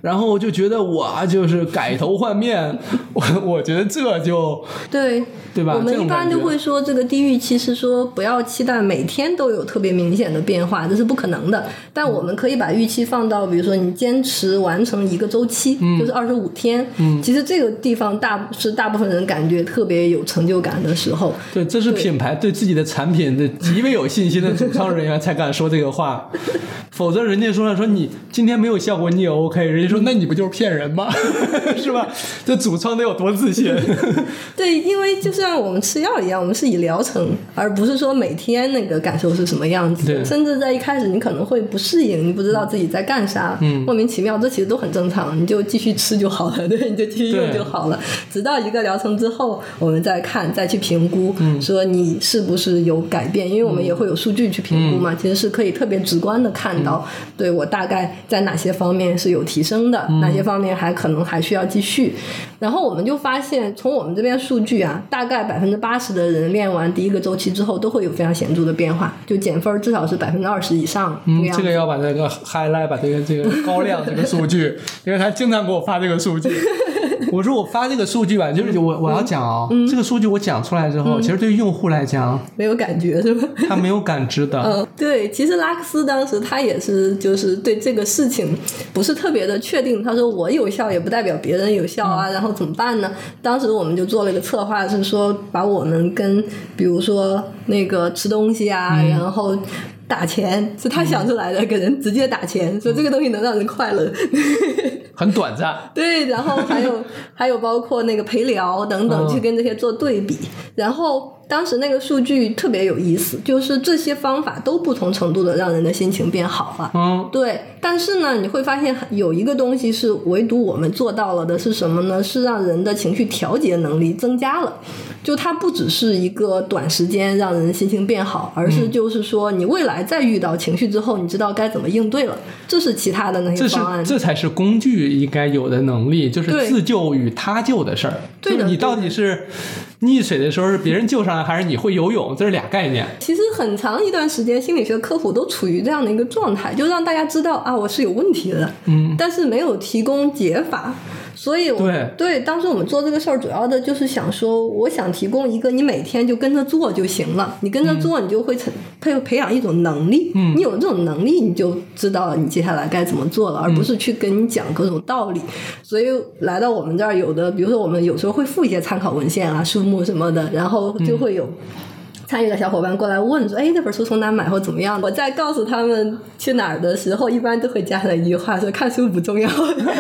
然后就觉得哇，就是改头换面，我我觉得这就
对
对吧？
我们一般就会说，这个低预期是说不要期待每天都有特别明显的变化，这是不可能的。但我们可以把预期放到，比如说你坚持完成一个周期，嗯、就是二十五天。嗯，其实这个地方大是大部分人感觉特别有成就感的时候。
对，这是品牌对自己的产品的极为有信心的主创人员才敢说这个话，否则人家说了说你今天没有效果你也 OK， 人家说那你不就是骗人吗？是吧？这主创得有多自信？
对，因为就像我们吃药一样，我们是以疗程，而不是说每天那个感受是什么样子的。甚至在一开始你可能会不适应，你不知道自己在干啥，嗯，莫名其妙，这其实都很正常，你就继续吃就好了，对，你就继续用就好了。直到一个疗程之后，我们再看，再去评估，嗯、说你是不是有改变，因为我们也会有数据去评估嘛，嗯、其实是可以特别直观的看到，嗯、对我大概在哪些方面是有提升的，嗯、哪些方面还可能还需要继续。然后我们就发现，从我们这边数据啊，大概百分之八十的人练完第一个周期之后，都会有非常显著的变化，就减分至少是百分之二十以上。
嗯，这个要把这个 highlight， 把这个这个高亮这个数据，因为他经常给我发这个数据。我说我发这个数据吧，就是我我要讲哦，嗯、这个数据我讲出来之后，嗯、其实对于用户来讲
没有感觉是吧？
他没有感知的。
嗯，对，其实拉克斯当时他也是就是对这个事情不是特别的确定，他说我有效也不代表别人有效啊，嗯、然后怎么办呢？当时我们就做了一个策划，是说把我们跟比如说那个吃东西啊，嗯、然后打钱是他想出来的，给人直接打钱，说这个东西能让人快乐。
很短暂，
对，然后还有还有包括那个陪聊等等，去跟这些做对比，然后当时那个数据特别有意思，就是这些方法都不同程度的让人的心情变好了。嗯，对。但是呢，你会发现有一个东西是唯独我们做到了的，是什么呢？是让人的情绪调节能力增加了。就它不只是一个短时间让人心情变好，而是就是说你未来再遇到情绪之后，你知道该怎么应对了。这是其他的那些方案。
这是这才是工具应该有的能力，就是自救与他救的事儿。对的，就是你到底是溺水的时候是别人救上来，还是你会游泳，这是俩概念。
其实很长一段时间心理学科普都处于这样的一个状态，就让大家知道啊我是有问题的，嗯，但是没有提供解法。所以我
对
对当时我们做这个事儿主要的就是想说，我想提供一个你每天就跟着做就行了，你跟着做你就会培培养一种能力，嗯，你有这种能力你就知道你接下来该怎么做了，而不是去跟你讲各种道理。所以来到我们这儿，有的比如说我们有时候会附一些参考文献啊书目什么的，然后就会有参与的小伙伴过来问说，哎，这本书从哪买或怎么样。我在告诉他们去哪儿的时候，一般都会加上一句话说，看书不重要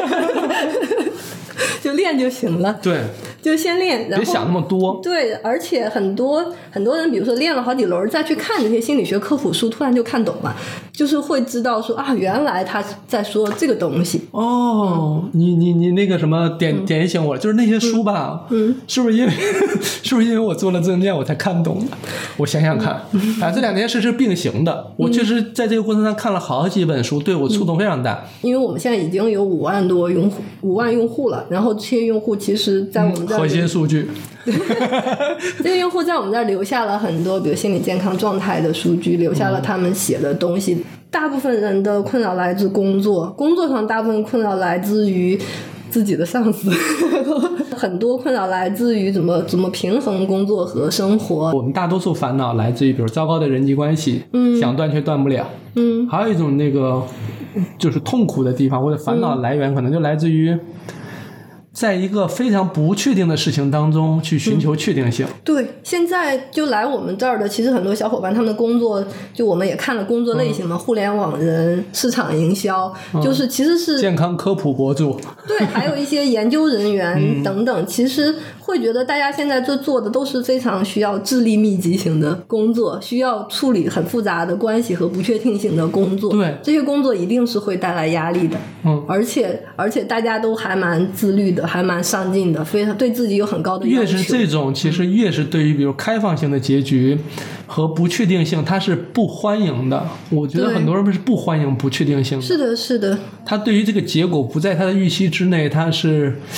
就练就行了。
对，
就先练，然后
别想那么多。
对，而且很多很多人比如说练了好几轮再去看这些心理学科普书，突然就看懂了，就是会知道说啊，原来他在说这个东西。
哦，嗯、你你你那个什么点、嗯、点醒我，就是那些书吧，嗯，是不是因为是不是因为我做了正念我才看懂的？我想想看，嗯、啊，这两件事是并行的。嗯、我确实在这个过程上看了好几本书，对我触动非常大。
嗯、因为我们现在已经有五万多用户，五万用户了，然后这些用户其实在我们这儿、嗯、
核心数据
这些用户在我们这儿留下了很多比如心理健康状态的数据，留下了他们写的东西。大部分人的困扰来自工作，工作上大部分困扰来自于自己的上司很多困扰来自于怎么怎么平衡工作和生活。
我们大多数烦恼来自于比如糟糕的人际关系，嗯，想断却断不了，嗯，还有一种那个就是痛苦的地方或者烦恼来源可能就来自于在一个非常不确定的事情当中去寻求确定性、嗯、
对，现在就来我们这儿的其实很多小伙伴他们的工作就我们也看了工作类型嘛、嗯、互联网人、市场营销、嗯、就是其实是
健康科普博主，
对，还有一些研究人员等等、嗯、其实会觉得大家现在做做的都是非常需要智力密集型的工作，需要处理很复杂的关系和不确定性的工作，
对，
这些工作一定是会带来压力的，嗯，而且而且大家都还蛮自律的，还蛮上进的，非常对自己有很高的要求。
越是这种其实越是对于比如开放性的结局和不确定性它是不欢迎的，我觉得很多人是不欢迎不确定性的。
是的是的，
他对于这个结果不在他的预期之内，他是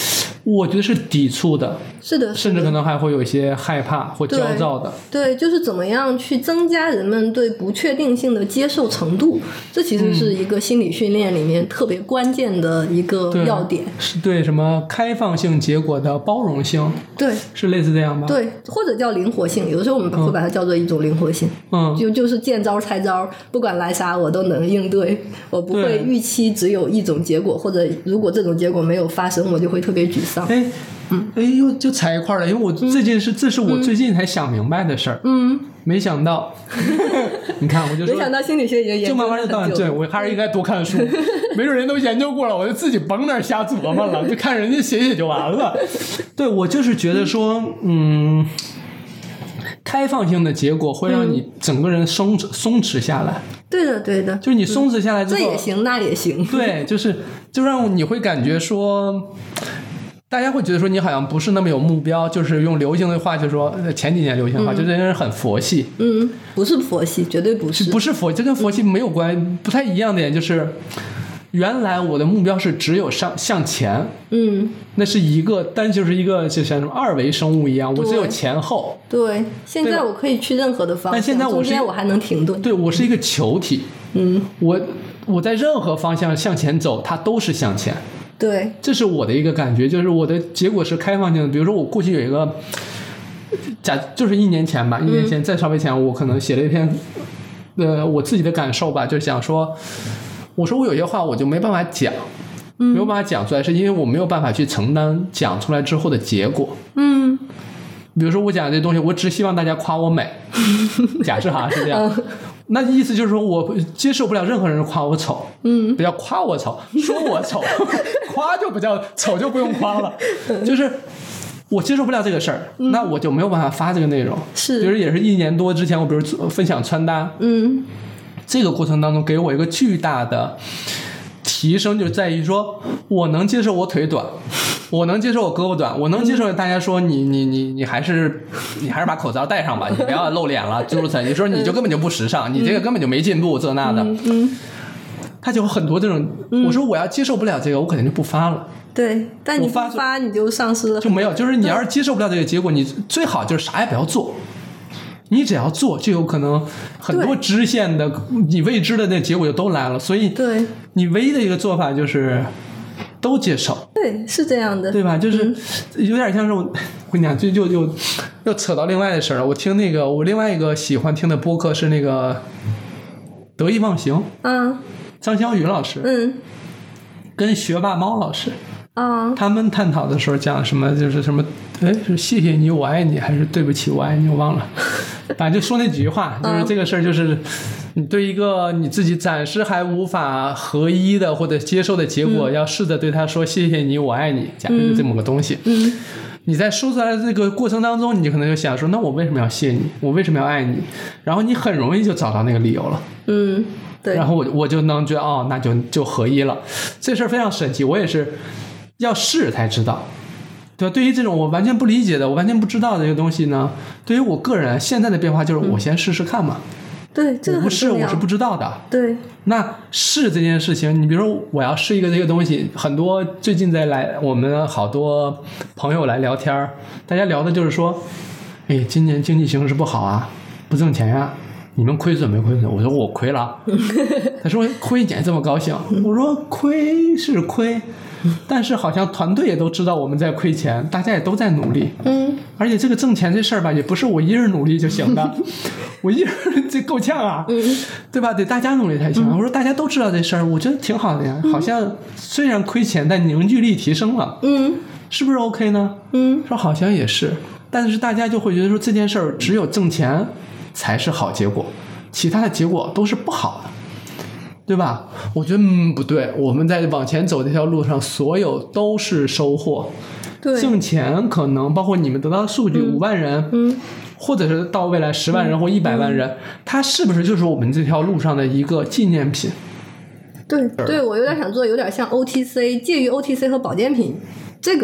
我觉得是抵触的，
是的，
甚至可能还会有一些害怕或焦躁的。
对，对，就是怎么样去增加人们对不确定性的接受程度，这其实是一个心理训练里面特别关键的一个要点。
是对什么开放性结果的包容性，
对，
是类似这样吗？
对，或者叫灵活性，有的时候我们会把它叫做一种灵活性。
嗯，
就就是见招拆招，不管来啥我都能应对，我不会预期只有一种结果，或者如果这种结果没有发生，我就会特别沮丧。
哎，嗯，哎呦，就踩一块了，因为我这件事、嗯、这是我最近才想明白的事儿。嗯，没想到，你看，我就说，
没想到心理学已经研究
就慢慢就到对，我还是应该多看书，没准人都研究过了，我就自己甭那儿瞎琢磨了，就看人家写写就完了。对，我就是觉得说，嗯。开放性的结果会让你整个人松弛、嗯、松弛下来。
对的，对的，
就是你松弛下来之后，
这也行，那也行。
对，就是就让你会感觉说，大家会觉得说你好像不是那么有目标，就是用流行的话，就是说前几年流行的话，嗯、就这人很佛系。
嗯，不是佛系，绝对不是，
不是佛，这跟佛系没有关系，不太一样的点就是。原来我的目标是只有上向前，嗯，那是一个，但就是一个就像什么二维生物一样，我只有前后。
对，现在我可以去任何的方向，
但现在我是
中间我还能停顿。
对，我是一个球体，嗯，我我在任何方向向前走，它都是向前。
对，
这是我的一个感觉，就是我的结果是开放性的。比如说我过去有一个，假就是一年前吧，一年前、嗯、再稍微前，我可能写了一篇，呃，我自己的感受吧，就是想说。我说我有些话我就没办法讲，嗯、没有办法讲出来，是因为我没有办法去承担讲出来之后的结果。嗯，比如说我讲这东西，我只希望大家夸我美，假设哈是这样，嗯、那意思就是说我接受不了任何人夸我丑，嗯，不要夸我丑，说我丑，夸就不叫丑就不用夸了，就是我接受不了这个事儿，嗯、那我就没有办法发这个内容。是，比如也是一年多之前，我比如分享穿搭，嗯。这个过程当中给我一个巨大的提升，就在于说我能接受我腿短，我能接受我胳膊短，我能接受大家说你你你你还是你还是把口罩戴上吧，你不要露脸了，诸如此类。你说你就根本就不时尚，你这个根本就没进步，这那的。嗯，他就有很多这种，我说我要接受不了这个，我肯定就不发了。
对，但你不发你就丧失了，
就没有。就是你要是接受不了这个结果，你最好就是啥也不要做。你只要做，就有可能很多支线的你未知的那结果就都来了。所以，对你唯一的一个做法就是都接受。
对，是这样的，
对吧？就是有点像是我，我跟你讲，就就就又扯到另外的事了。我听那个，我另外一个喜欢听的播客是那个得意忘形，嗯，张小雨老师，嗯，跟学霸猫老师。啊、uh, ，他们探讨的时候讲什么，就是什么，哎，是谢谢你，我爱你，还是对不起，我爱你，我忘了。反正就说那几句话，就是这个事儿，就是你对一个你自己暂时还无法合一的或者接受的结果，嗯、要试着对他说谢谢你，我爱你，假如这么个东西。嗯，你在说出来的这个过程当中，你就可能就想说，那我为什么要谢你？我为什么要爱你？然后你很容易就找到那个理由了。嗯，对。然后我我就能觉得，哦，那就就合一了。这事儿非常神奇，我也是。要试才知道，对吧？对于这种我完全不理解的，我完全不知道的这个东西呢，对于我个人现在的变化就是我先试试看嘛。嗯、
对，这个很重要。
我不试我是不知道的。
对。
那试这件事情，你比如说我要试一个这个东西，很多最近在来我们好多朋友来聊天，大家聊的就是说，哎，今年经济形势不好啊，不挣钱呀、啊。你们亏损没亏损？我说我亏了。他说亏你还这么高兴？我说亏是亏，但是好像团队也都知道我们在亏钱，大家也都在努力。嗯，而且这个挣钱这事儿吧，也不是我一人努力就行的，我一人这够呛啊，对吧？得大家努力才行。我说大家都知道这事儿，我觉得挺好的呀。好像虽然亏钱，但凝聚力提升了。嗯，是不是 OK 呢？嗯，说好像也是，但是大家就会觉得说这件事儿只有挣钱才是好结果，其他的结果都是不好的，对吧？我觉得嗯不对，我们在往前走这条路上，所有都是收获。对，挣钱可能包括你们得到的数据五万人，嗯，或者是到未来十万人或一百万人，嗯、它是不是就是我们这条路上的一个纪念品？
对，对我有点想做，有点像 O T C， 介于 O T C 和保健品这个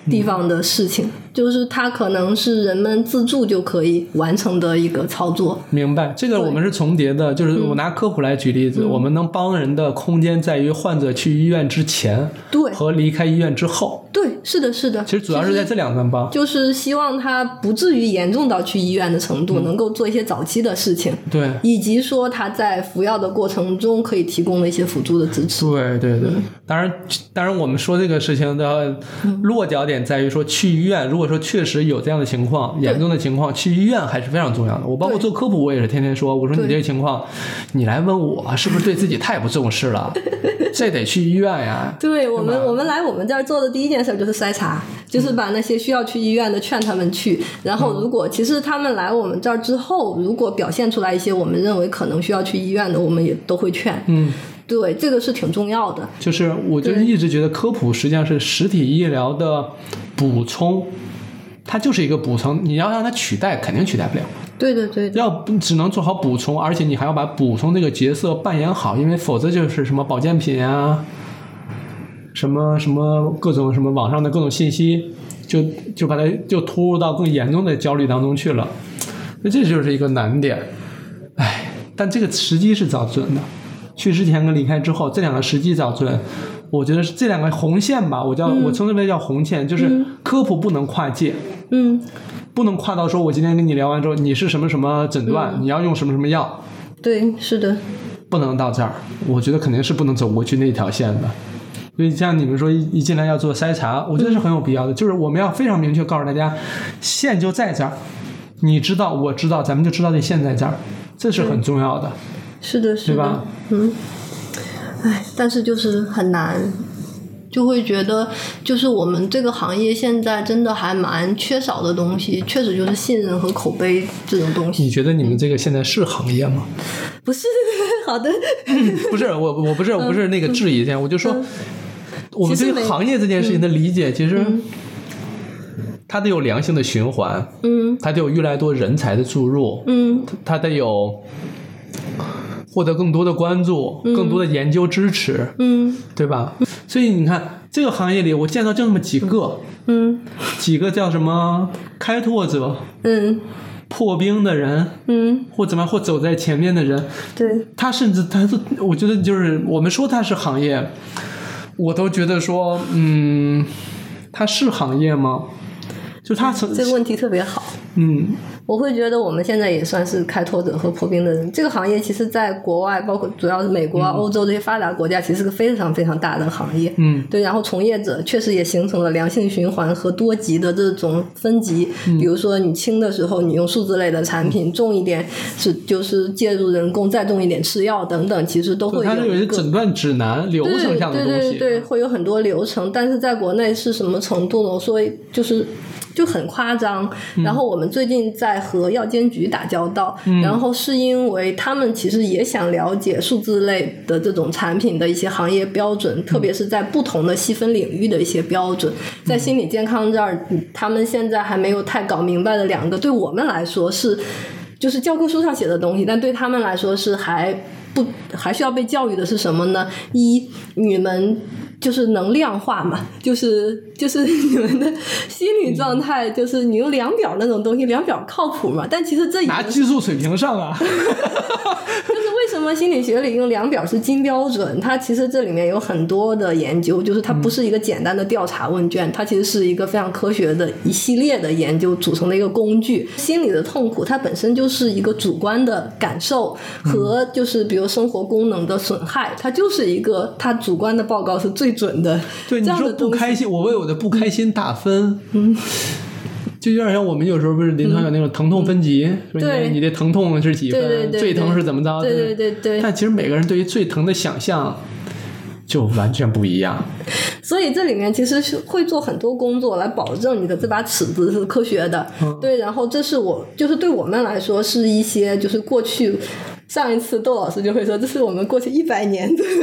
地方的事情，嗯、就是它可能是人们自助就可以完成的一个操作。
明白，这个我们是重叠的，就是我拿科普来举例子，嗯、我们能帮人的空间在于患者去医院之前，
对，
和离开医院之后。
对，是的，是的。
其实主要是在这两端帮，
就是希望他不至于严重到去医院的程度，嗯、能够做一些早期的事情，
对，
以及说他在服药的过程中可以提供的一些辅助的支持。
对对对，
嗯、
当然，当然我们说这个事情的落脚点在于说去医院，如果说确实有这样的情况，严重的情况，去医院还是非常重要的。我包括做科普，我也是天天说，我说你这个情况，你来问我是不是对自己太不重视了，这得去医院呀。
对，我们我们来我们这儿做的第一件事就是筛查，就是把那些需要去医院的劝他们去，然后如果其实他们来我们这儿之后，如果表现出来一些我们认为可能需要去医院的，我们也都会劝。
嗯，
对，这个是挺重要的。
就是我就是一直觉得科普实际上是实体医疗的补充，它就是一个补充，你要让它取代肯定取代不了。
对对对，
要只能做好补充，而且你还要把补充这个角色扮演好，因为否则就是什么保健品啊，什么什么各种什么网上的各种信息，就就把它就拖入到更严重的焦虑当中去了，那这就是一个难点。哎，但这个时机是找准的，去之前跟离开之后这两个时机找准，我觉得是这两个红线吧，我叫、嗯、我称之为叫红线，就是科普不能跨界，
嗯，
不能跨到说我今天跟你聊完之后你是什么什么诊断、嗯、你要用什么什么药，
对，是的，
不能到这儿，我觉得肯定是不能走过去那条线的。所以像你们说 一, 一进来要做筛查，我觉得是很有必要的、嗯、就是我们要非常明确告诉大家线就在这儿，你知道我知道，咱们就知道这线在这儿，这是很重要的、嗯、
是的是的，
对吧？
嗯，哎，但是就是很难，就会觉得就是我们这个行业现在真的还蛮缺少的东西，确实就是信任和口碑这种东西。
你觉得你们这个现在是行业吗？
不是，好的、
嗯、不是我我不是我不是那个质疑这样、嗯、我就说、嗯、我们对行业这件事情的理解其实、嗯、它得有良性的循环，嗯，它得有越来越多人才的注入，嗯，它得有获得更多的关注、嗯、更多的研究支持，嗯，对吧？所以你看这个行业里我见到就那么几个，嗯，几个叫什么开拓者，嗯，破冰的人，嗯，或怎么样或走在前面的人，
对，
他甚至他我觉得就是我们说他是行业，我都觉得说嗯他是行业吗？就他
这个问题特别好，
嗯，
我会觉得我们现在也算是开拓者和破冰的人。这个行业其实在国外包括主要是美国啊、嗯、欧洲这些发达国家其实是个非常非常大的行业，嗯，对，然后从业者确实也形成了良性循环和多级的这种分级、嗯、比如说你轻的时候你用数字类的产品、嗯、重一点是就是介入人工，再重一点吃药等等，其实都会有一个
它是有一些诊断指南流程上的东西，
对对对对，会有很多流程，但是在国内是什么程度呢？所以就是就很夸张、嗯、然后我们最近在和药监局打交道、嗯、然后是因为他们其实也想了解数字类的这种产品的一些行业标准、嗯、特别是在不同的细分领域的一些标准、嗯、在心理健康这儿他们现在还没有太搞明白的两个对我们来说是就是教科书上写的东西，但对他们来说是还不还需要被教育的是什么呢？一，你们就是能量化嘛，就是就是你们的心理状态，就是你用量表那种东西，量表靠谱嘛？但其实这已经
拿技术水平上啊，
就是为什么心理学里用量表是金标准？它其实这里面有很多的研究，就是它不是一个简单的调查问卷，它其实是一个非常科学的一系列的研究组成的一个工具。心理的痛苦它本身就是一个主观的感受和就是比如生活功能的损害，它就是一个它主观的报告是最准的。
对，你说不开心，我为我的不开心打分，嗯，就有点像我们有时候不是临床有那种疼痛分级，嗯、说你你的疼痛是几分，
对对对对，
最疼是怎么着？
对对对对。
但其实每个人对于最疼的想象就完全不一样。
所以这里面其实是会做很多工作来保证你的这把尺子是科学的，嗯、对。然后这是我就是对我们来说是一些就是过去。上一次窦老师就会说这是我们过去一百年的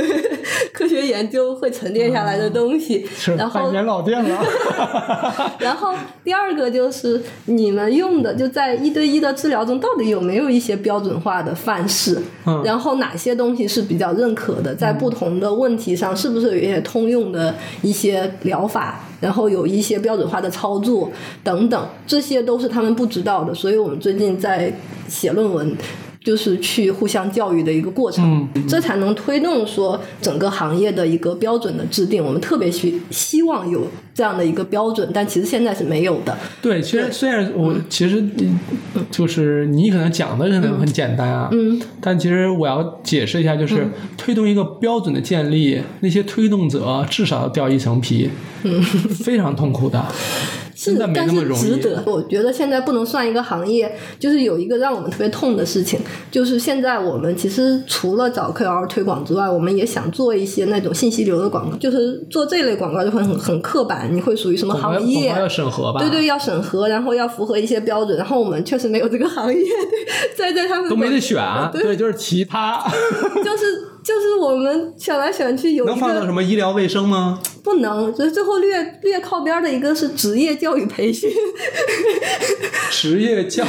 科学研究会沉淀下来的东西。
是
然后
百年老店了。
然后第二个就是你们用的就在一对一的治疗中到底有没有一些标准化的范式、嗯、然后哪些东西是比较认可的，在不同的问题上是不是有一些通用的一些疗法，然后有一些标准化的操作等等，这些都是他们不知道的。所以我们最近在写论文，就是去互相教育的一个过程、嗯、这才能推动说整个行业的一个标准的制定。我们特别希希望有这样的一个标准，但其实现在是没有的。
对，其实虽然我、嗯、其实就是你可能讲的可能很简单啊，嗯，但其实我要解释一下，就是推动一个标准的建立，嗯、那些推动者至少要掉一层皮，嗯，非常痛苦的。真的没那么容易，
但是值得。我觉得现在不能算一个行业，就是有一个让我们特别痛的事情，就是现在我们其实除了找 K O L 推广之外，我们也想做一些那种信息流的广告，就是做这类广告就会很很刻板，你会属于什么行业？
广告要审核吧？
对对，要审核，然后要符合一些标准，然后我们确实没有这个行业，在在他们
都没得选，对，对就是其他，
就是就是我们选来选去有一个
能放到什么医疗卫生吗？
不能，所以最后略略靠边的一个是职业教育培训，
职业教育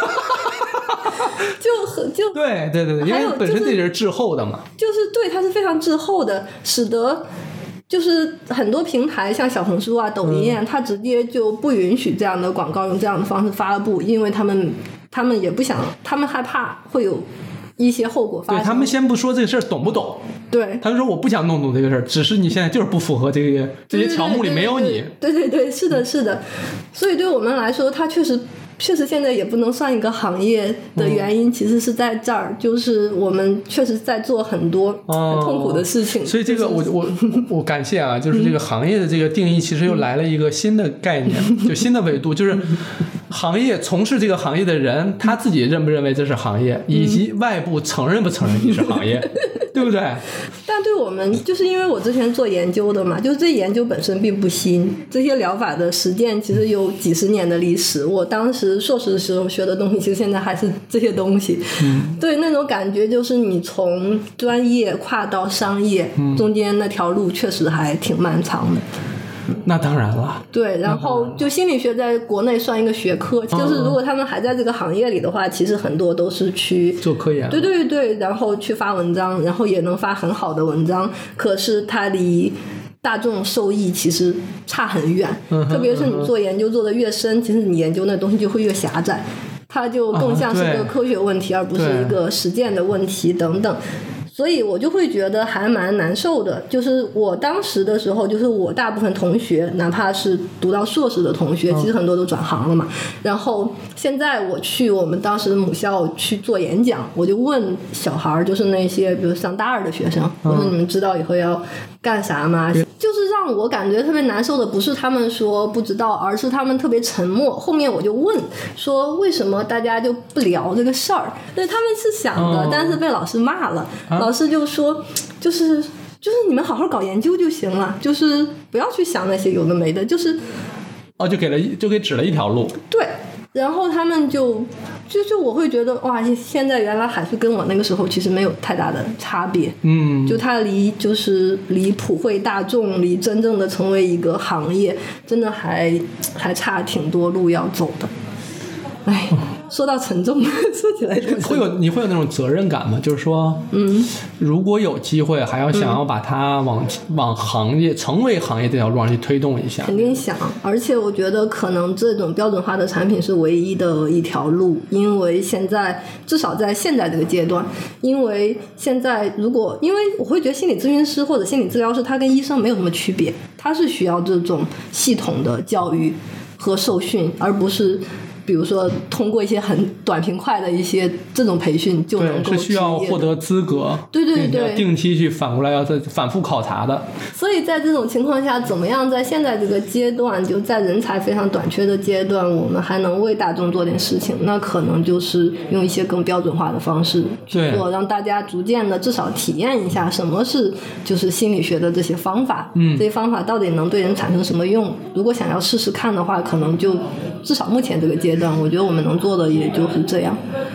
就就
对对对，因为本身这是滞后的嘛，
就是对，它是非常滞后的，使得就是很多平台像小红书啊、抖音啊，嗯、它直接就不允许这样的广告用这样的方式发布，因为他们他们也不想，他们害怕会有一些后果发生。
对，他们先不说这个事儿懂不懂，
对，
他们说我不想弄懂这个事儿，只是你现在就是不符合这个这些条目里没有你。
对对 对, 对, 对, 对，是的，是的。所以对我们来说，它确实确实现在也不能算一个行业的原因，嗯、其实是在这儿，就是我们确实在做很多很痛苦的事情。
哦、所以这个我我我感谢啊，就是这个行业的这个定义，其实又来了一个新的概念，嗯、就新的维度，就是行业从事这个行业的人，他自己认不认为这是行业，以及外部承认不承认你是行业，对不对？
但对我们，就是因为我之前做研究的嘛，就是这研究本身并不新，这些疗法的实践其实有几十年的历史。我当时硕士的时候学的东西，其实现在还是这些东西。嗯，对，那种感觉就是你从专业跨到商业，嗯、中间那条路确实还挺漫长的。
那当然了，
对，然后就心理学在国内算一个学科，嗯、就是如果他们还在这个行业里的话，其实很多都是去
做科研，
对对对，然后去发文章，然后也能发很好的文章，可是它离大众受益其实差很远，嗯、特别是你做研究做得越深，其实你研究那东西就会越狭窄，它就更像是个科学问题，啊、而不是一个实践的问题等等。所以我就会觉得还蛮难受的，就是我当时的时候，就是我大部分同学哪怕是读到硕士的同学，其实很多都转行了嘛。然后现在我去我们当时的母校去做演讲，我就问小孩，就是那些比如上大二的学生，我说你们知道以后要干啥吗？就是让我感觉特别难受的不是他们说不知道，而是他们特别沉默。后面我就问说为什么大家就不聊这个事儿？对，他们是想的，哦、但是被老师骂了。啊、老师就说就是就是你们好好搞研究就行了，就是不要去想那些有的没的，就是
哦，就给了就给指了一条路。
对，然后他们就就就我会觉得哇，现在原来还是跟我那个时候其实没有太大的差别。嗯，就它离就是离普惠大众，离真正的成为一个行业，真的还还差挺多路要走的。哎，说到沉重，说起来
会有你会有那种责任感吗？就是说，嗯，如果有机会，还要想要把它往、嗯、往行业成为行业这条路上去推动一下。
肯定想，而且我觉得可能这种标准化的产品是唯一的一条路，因为现在至少在现在这个阶段，因为现在如果因为我会觉得心理咨询师或者心理治疗师，他跟医生没有什么区别，他是需要这种系统的教育和受训，而不是。比如说通过一些很短平快的一些这种培训就能够，
对，是需要获得资格，
对对对，
定期去反过来要再反复考察的。
所以在这种情况下，怎么样在现在这个阶段，就在人才非常短缺的阶段，我们还能为大众做点事情，那可能就是用一些更标准化的方式去做，让大家逐渐的至少体验一下什么是就是心理学的这些方法，嗯，这些方法到底能对人产生什么用。如果想要试试看的话，可能就至少目前这个阶段我觉得我们能做的也就是这样。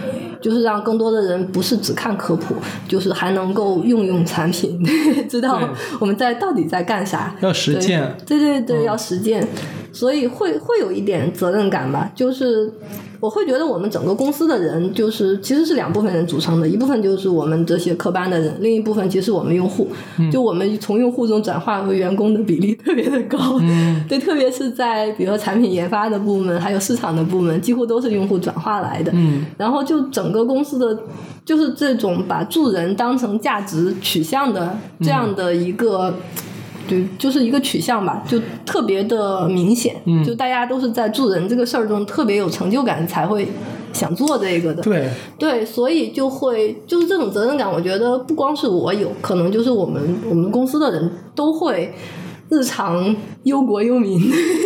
就是让更多的人不是只看科普，就是还能够用用产品知道我们在到底在干啥，
要实践，
对对 对, 对、嗯、要实践，所以会会有一点责任感吧。就是我会觉得我们整个公司的人就是其实是两部分人组成的，一部分就是我们这些科班的人，另一部分其实是我们用户、嗯、就我们从用户中转化为员工的比例特别的高、嗯、对，特别是在比如说产品研发的部门还有市场的部门几乎都是用户转化来的、嗯、然后就整个公司的就是这种把助人当成价值取向的这样的一个、嗯对，就是一个取向吧，就特别的明显、嗯、就大家都是在助人这个事儿中特别有成就感才会想做这个的。
对
对，所以就会就是这种责任感，我觉得不光是我有，可能就是我们我们公司的人都会日常忧国忧民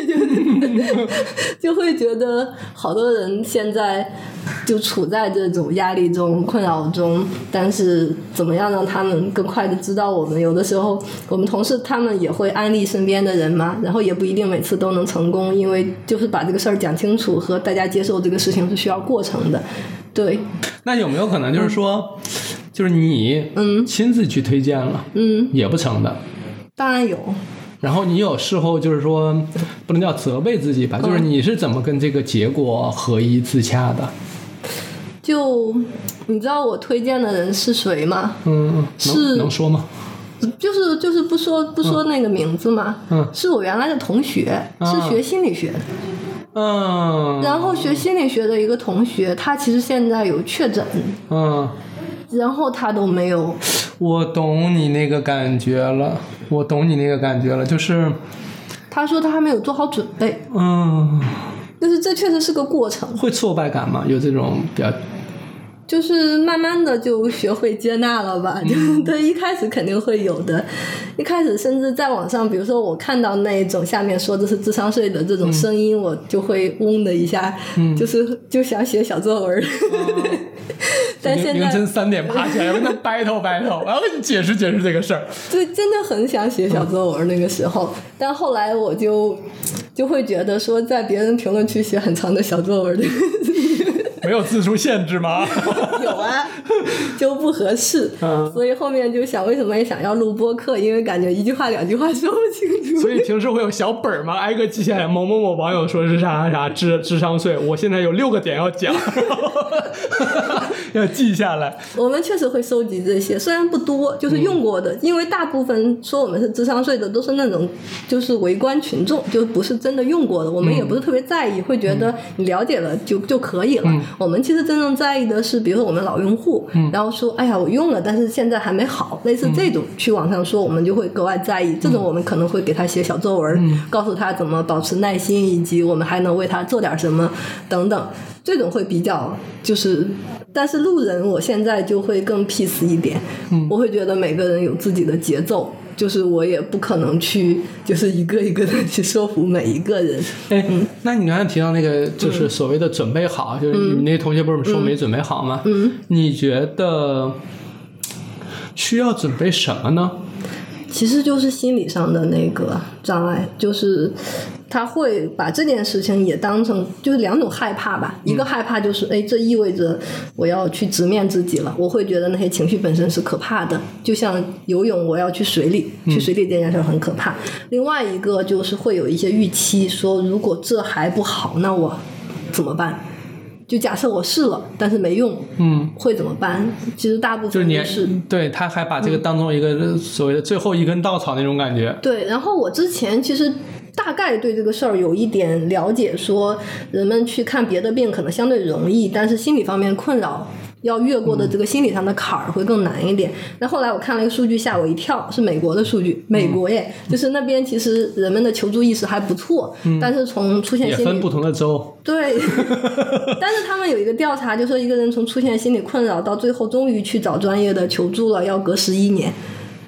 就会觉得好多人现在就处在这种压力中困扰中，但是怎么样让他们更快的知道我们，有的时候我们同事他们也会安利身边的人嘛，然后也不一定每次都能成功，因为就是把这个事儿讲清楚和大家接受这个事情是需要过程的。对，
那有没有可能就是说、嗯、就是你亲自去推荐了嗯，也不成的？
当然有。
然后你有事后就是说不能叫责备自己吧、嗯、就是你是怎么跟这个结果合一自洽的？
就你知道我推荐的人是谁吗？
嗯，
是
能说吗？
就是就是不说不说那个名字嘛。嗯，是我原来的同学、嗯、是学心理学的。
嗯，
然后学心理学的一个同学，他其实现在有确诊。嗯，然后他都没有。
我懂你那个感觉了，我懂你那个感觉了，就是
他说他还没有做好准备。嗯，就是这确实是个过程。
会挫败感吗？有这种比较？
就是慢慢的就学会接纳了吧、嗯、就对，一开始肯定会有的，一开始甚至在网上比如说我看到那种下面说的是智商税的这种声音、嗯、我就会嗡的一下、嗯、就是就想写小作文、嗯但现在
凌晨三点爬起来跟他 battle battle 我要跟你解释解释这个事儿。
对，真的很想写小作文那个时候、嗯、但后来我就就会觉得说在别人评论区写很长的小作文
没有字数限制吗？
有啊，就不合适、嗯、所以后面就想为什么也想要录播客，因为感觉一句话两句话说不清楚，
所以平时会有小本吗？挨个记下来，某某某网友说是啥啥啥智智商税，我现在有六个点要讲要记下来。
我们确实会收集这些，虽然不多，就是用过的、嗯、因为大部分说我们是智商税的都是那种就是围观群众，就不是真的用过的，我们也不是特别在意、嗯、会觉得你了解了就就可以了、嗯、我们其实真正在意的是比如说我们老用户、嗯、然后说哎呀我用了但是现在还没好，类似这种、嗯、去网上说我们就会格外在意，这种我们可能会给他写小作文、嗯、告诉他怎么保持耐心以及我们还能为他做点什么等等，这种会比较就是但是路人我现在就会更 peace 一点、嗯、我会觉得每个人有自己的节奏，就是我也不可能去就是一个一个的去说服每一个人。
哎、嗯，那你刚才提到那个就是所谓的准备好、嗯、就是你那同学不是说没准备好吗？嗯，你觉得需要准备什么呢？
其实就是心理上的那个障碍，就是他会把这件事情也当成就是两种害怕吧、嗯、一个害怕就是哎，这意味着我要去直面自己了，我会觉得那些情绪本身是可怕的，就像游泳我要去水里、嗯、去水里这件事很可怕。另外一个就是会有一些预期，说如果这还不好那我怎么办，就假设我试了但是没用，嗯，会怎么办？其实大部分
就是你是对他还把这个当做一个所谓的最后一根稻草那种感觉、嗯、
对。然后我之前其实大概对这个事儿有一点了解，说人们去看别的病可能相对容易，但是心理方面困扰要越过的这个心理上的坎儿会更难一点。那、嗯、后来我看了一个数据吓我一跳，是美国的数据，美国耶、嗯、就是那边其实人们的求助意识还不错、嗯、但是从出现心理
也分不同的州，
对但是他们有一个调查就说一个人从出现心理困扰到最后终于去找专业的求助了要隔十一年。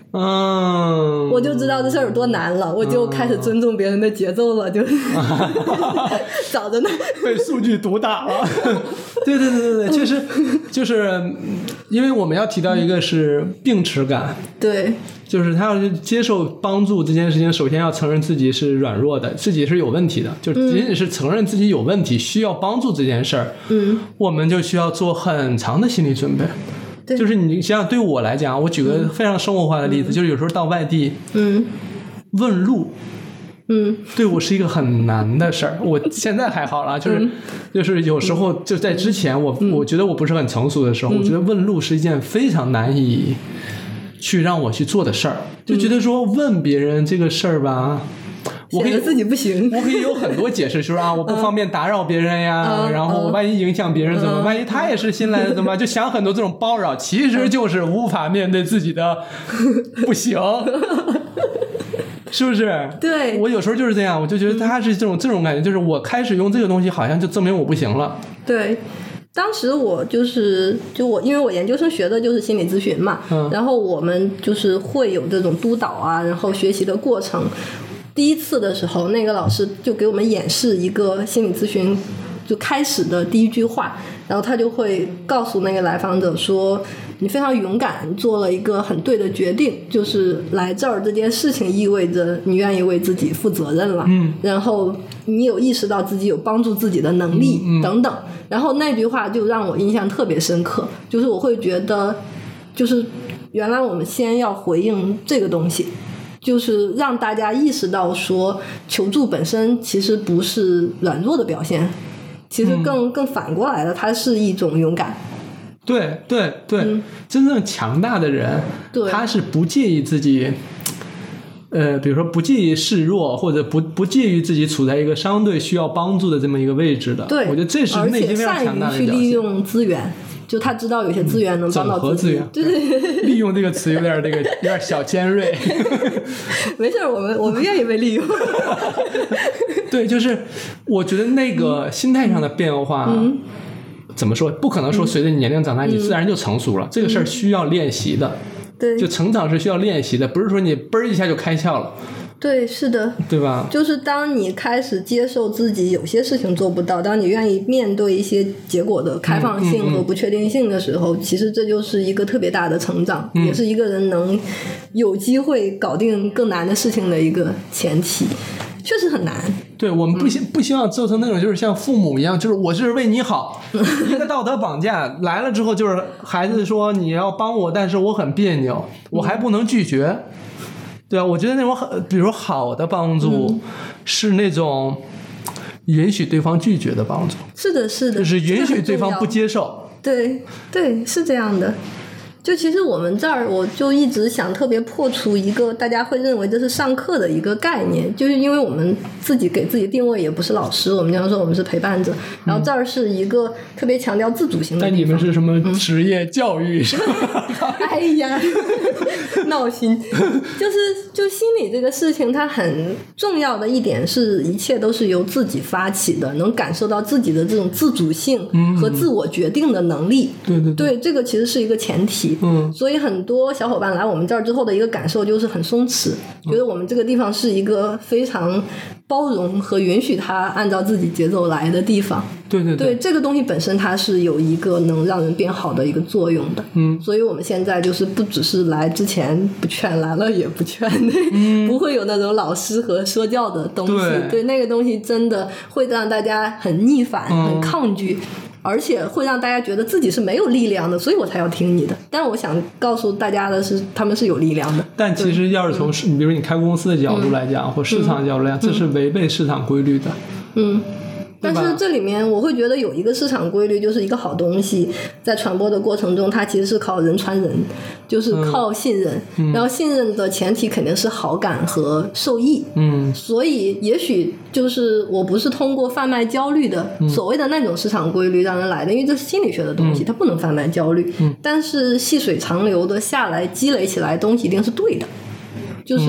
嗯，
我就知道这事儿有多难了，我就开始尊重别人的节奏了，就早着呢，
被数据毒打了。对对对对对，确实就是因为我们要提到一个是病耻感，
对，
就是他要接受帮助这件事情，首先要承认自己是软弱的，自己是有问题的，就仅仅是承认自己有问题，嗯、需要帮助这件事儿，嗯，我们就需要做很长的心理准备。就是你想想，对我来讲，我举个非常生活化的例子，嗯、就是有时候到外地，嗯，问路，嗯，对我是一个很难的事儿。我现在还好了，就是、嗯、就是有时候就在之前我，我、嗯、我觉得我不是很成熟的时候，嗯、我觉得问路是一件非常难以去让我去做的事儿，就觉得说问别人这个事儿吧。我可以
自己不行，
我可以有很多解释，就是啊，我不方便打扰别人呀，嗯、然后我万一影响别人怎么？嗯、万一他也是新来的怎么？就想很多这种包扰，其实就是无法面对自己的不行，是不是？
对，
我有时候就是这样，我就觉得他是这种这种感觉，就是我开始用这个东西，好像就证明我不行了。
对。当时我就是就我因为我研究生学的就是心理咨询嘛，嗯、然后我们就是会有这种督导啊，然后学习的过程。第一次的时候，那个老师就给我们演示一个心理咨询就开始的第一句话，然后他就会告诉那个来访者说，你非常勇敢，做了一个很对的决定，就是来这儿这件事情意味着你愿意为自己负责任了，嗯，然后你有意识到自己有帮助自己的能力，嗯嗯、等等。然后那句话就让我印象特别深刻，就是我会觉得就是原来我们先要回应这个东西，就是让大家意识到说求助本身其实不是软弱的表现，其实更、嗯、更反过来的，它是一种勇敢。
对对对、嗯、真正强大的人他是不介意自己呃，比如说不介意示弱，或者不不介意自己处在一个相对需要帮助的这么一个位置的。
对，
我觉得这是内心非常强大的表现。而且善于去利
用资源，就他知道有些资源能帮到自己。
对对对，利用这个词有点这个有点小尖锐。
没事，我们我们愿意被利用。
对，就是我觉得那个心态上的变化。嗯，怎么说？不可能说随着你年龄长大，嗯、你自然就成熟了。嗯、这个事儿需要练习的。
对，
就成长是需要练习的，不是说你嘣一下就开窍了。
对，是的，
对吧？
就是当你开始接受自己有些事情做不到，当你愿意面对一些结果的开放性和不确定性的时候，嗯嗯嗯、其实这就是一个特别大的成长，嗯、也是一个人能有机会搞定更难的事情的一个前提。确实很难。
对，我们不希、嗯、不希望做成那种就是像父母一样，就是我是为你好，一个道德绑架来了之后，就是孩子说你要帮我，但是我很别扭，我还不能拒绝。嗯、对啊，我觉得那种很，比如说好的帮助、嗯、是那种允许对方拒绝的帮助。
是的，是的，
就是允许对方不接受。
对对，是这样的。就其实我们这儿，我就一直想特别破除一个大家会认为这是上课的一个概念，就是因为我们自己给自己定位也不是老师，我们经常说我们是陪伴者，然后这儿是一个特别强调自主性的地方。
但你们是什么职业教育是吧？
嗯、哎呀，闹心！就是就心理这个事情，它很重要的一点是，一切都是由自己发起的，能感受到自己的这种自主性和自我决定的能力。
对对
对, 对，这个其实是一个前提。嗯，所以很多小伙伴来我们这儿之后的一个感受就是很松弛，觉得我们这个地方是一个非常包容和允许他按照自己节奏来的地方。
对对
对, 对，这个东西本身它是有一个能让人变好的一个作用的。嗯，所以我们现在就是不只是来之前不劝，来了也不劝，嗯、不会有那种老师和说教的东西。对, 对，那个东西真的会让大家很逆反、嗯、很抗拒。而且会让大家觉得自己是没有力量的，所以我才要听你的。但我想告诉大家的是，他们是有力量的。
但其实要是从你比如你开公司的角度来讲，嗯、或市场角度来讲，嗯、这是违背市场规律的。嗯。
但是这里面我会觉得有一个市场规律，就是一个好东西在传播的过程中，它其实是靠人传人，就是靠信任、嗯、然后信任的前提肯定是好感和受益。嗯，所以也许就是我不是通过贩卖焦虑的、嗯、所谓的那种市场规律让人来的，因为这是心理学的东西、嗯、它不能贩卖焦虑、嗯、但是细水长流的下来积累起来的东西一定是对的，就是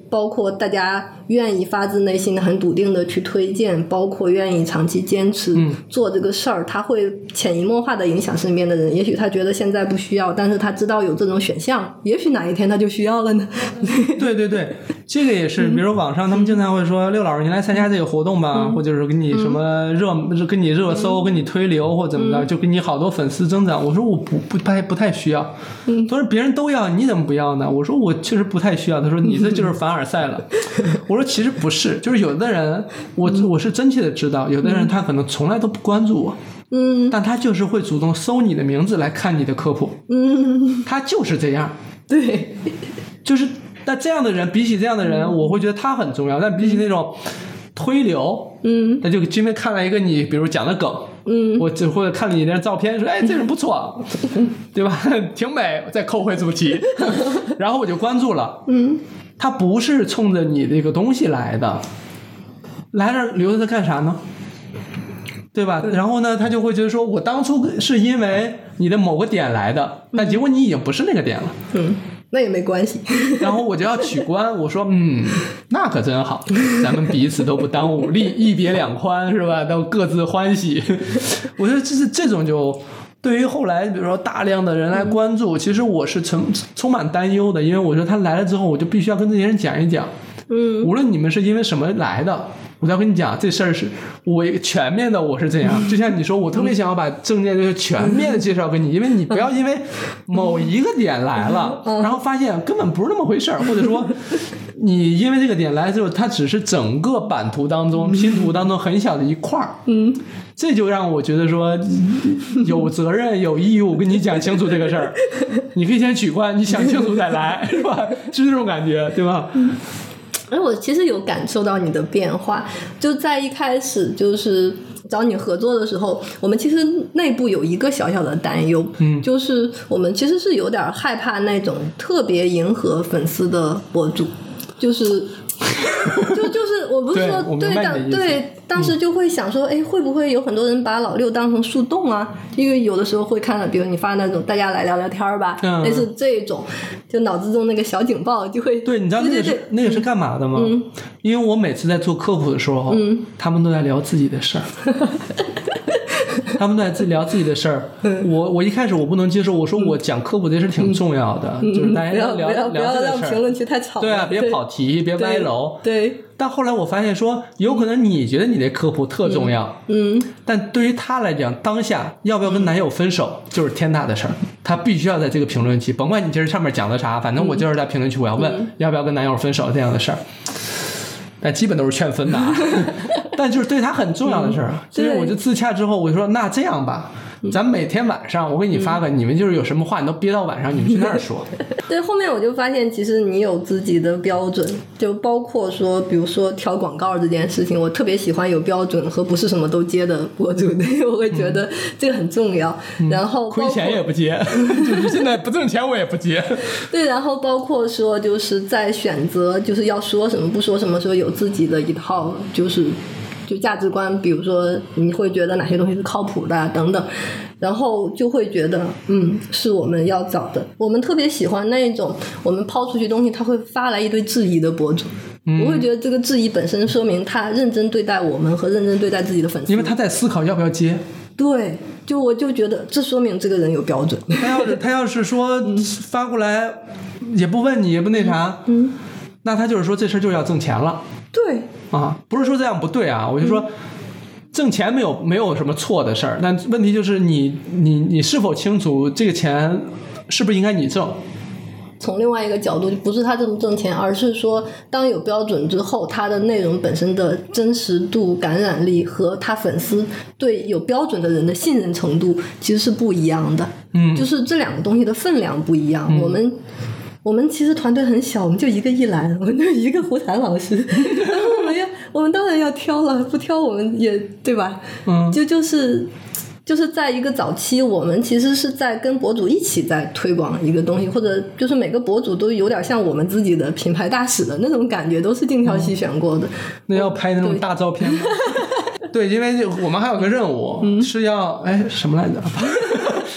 包括大家愿意发自内心的很笃定的去推荐，包括愿意长期坚持做这个事儿、嗯、他会潜移默化的影响身边的人，也许他觉得现在不需要，但是他知道有这种选项，也许哪一天他就需要了呢。
对对对，这个也是，比如网上他们经常会说、嗯、六老师您来参加这个活动吧、嗯、或者是给你什么热、嗯、给你热搜、嗯、给你推流或怎么着、嗯、就给你好多粉丝增长。我说我不不太不太需要。嗯，他说别人都要你怎么不要呢？我说我确实不太需要。他说你这就是凡尔赛了。我说其实不是，就是有的人我我是真切的知道，有的人他可能从来都不关注我，嗯，但他就是会主动搜你的名字来看你的科普，嗯，他就是这样，
对，
就是那这样的人，比起这样的人，我会觉得他很重要，但比起那种推流，嗯，那就今天看了一个你比如讲的梗，嗯，我就或者看了你的照片说哎这人不错，对吧，挺美，再扣回主题然后我就关注了，嗯，他不是冲着你这个东西来的，来这留着他干啥呢，对吧？然后呢他就会觉得说我当初是因为你的某个点来的，但结果你已经不是那个点了，
嗯，那也没关系
然后我就要取关，我说嗯那可真好，咱们彼此都不耽误，一一别两宽是吧，都各自欢喜我觉得这是这种就对于后来比如说大量的人来关注、嗯、其实我是充充满担忧的，因为我说他来了之后我就必须要跟这些人讲一讲，嗯，无论你们是因为什么来的，我要跟你讲这事儿是我全面的，我是这样，就像你说我特别想要把证件就是全面的介绍给你，因为你不要因为某一个点来了然后发现根本不是那么回事儿，或者说你因为这个点来之后它只是整个版图当中拼图当中很小的一块儿，嗯，这就让我觉得说有责任有义务跟你讲清楚这个事儿，你可以先取关，你想清楚再来是吧，是这种感觉对吧。
而我其实有感受到你的变化，就在一开始就是找你合作的时候，我们其实内部有一个小小的担忧，嗯，就是我们其实是有点害怕那种特别迎合粉丝的博主，就是就就是我不是说对当对当时就会想说，哎、嗯，会不会有很多人把老六当成树洞啊？因为有的时候会看到，比如你发那种大家来聊聊天吧，嗯、类似这种，就脑子中那个小警报就会。
对，你知道那个是
对对对
那个是干嘛的吗？嗯，因为我每次在做科普的时候，嗯，他们都在聊自己的事儿。他们在自己聊自己的事儿，我我一开始我不能接受，我说我讲科普这事挺重要的，嗯、就是大家聊聊聊
不要让评论区太吵，
对啊，别跑题，别歪楼，
对。
但后来我发现说，有可能你觉得你的科普特重要，嗯，嗯但对于他来讲，当下要不要跟男友分手就是天大的事儿，他必须要在这个评论区，甭管你今儿上面讲的啥，反正我就是在评论区我要问、嗯、要不要跟男友分手这样的事儿。但基本都是劝分的啊，但就是对他很重要的事儿、嗯。所以我就自洽之后，我就说那这样吧，咱每天晚上我给你发个、嗯，你们就是有什么话你都憋到晚上，你们去那儿说。
对，后面我就发现其实你有自己的标准，就包括说，比如说挑广告这件事情，我特别喜欢有标准和不是什么都接的博主，对，我会觉得这个很重要。嗯、然后
亏钱也不接，就是现在不挣钱我也不接。
对，然后包括说就是在选择就是要说什么不说什么时候有自己的一套就是就价值观，比如说你会觉得哪些东西是靠谱的、啊、等等，然后就会觉得嗯是我们要找的。我们特别喜欢那一种我们抛出去东西他会发来一堆质疑的博主、嗯、我会觉得这个质疑本身说明他认真对待我们和认真对待自己的粉丝，
因为他在思考要不要接。
对，就我就觉得这说明这个人有标准。
他要是他要是说发过来也不问你也不那啥，嗯，那他就是说这事就要挣钱了。
对
啊，不是说这样不对啊，我就说、嗯、挣钱没有没有什么错的事儿，但问题就是你你你是否清楚这个钱是不是应该你挣。
从另外一个角度，不是他挣不挣钱，而是说当有标准之后，他的内容本身的真实度、感染力和他粉丝对有标准的人的信任程度其实是不一样的。嗯，就是这两个东西的分量不一样。嗯、我们我们其实团队很小，我们就一个一栏，我们就一个胡谈老师，然后我们要我们当然要挑了，不挑我们也对吧？嗯，就就是。就是在一个早期我们其实是在跟博主一起在推广一个东西，或者就是每个博主都有点像我们自己的品牌大使的那种感觉，都是精挑细选过的、嗯、
那要拍那种大照片吗？ 对, 对，因为我们还有个任务、嗯、是要哎什么来着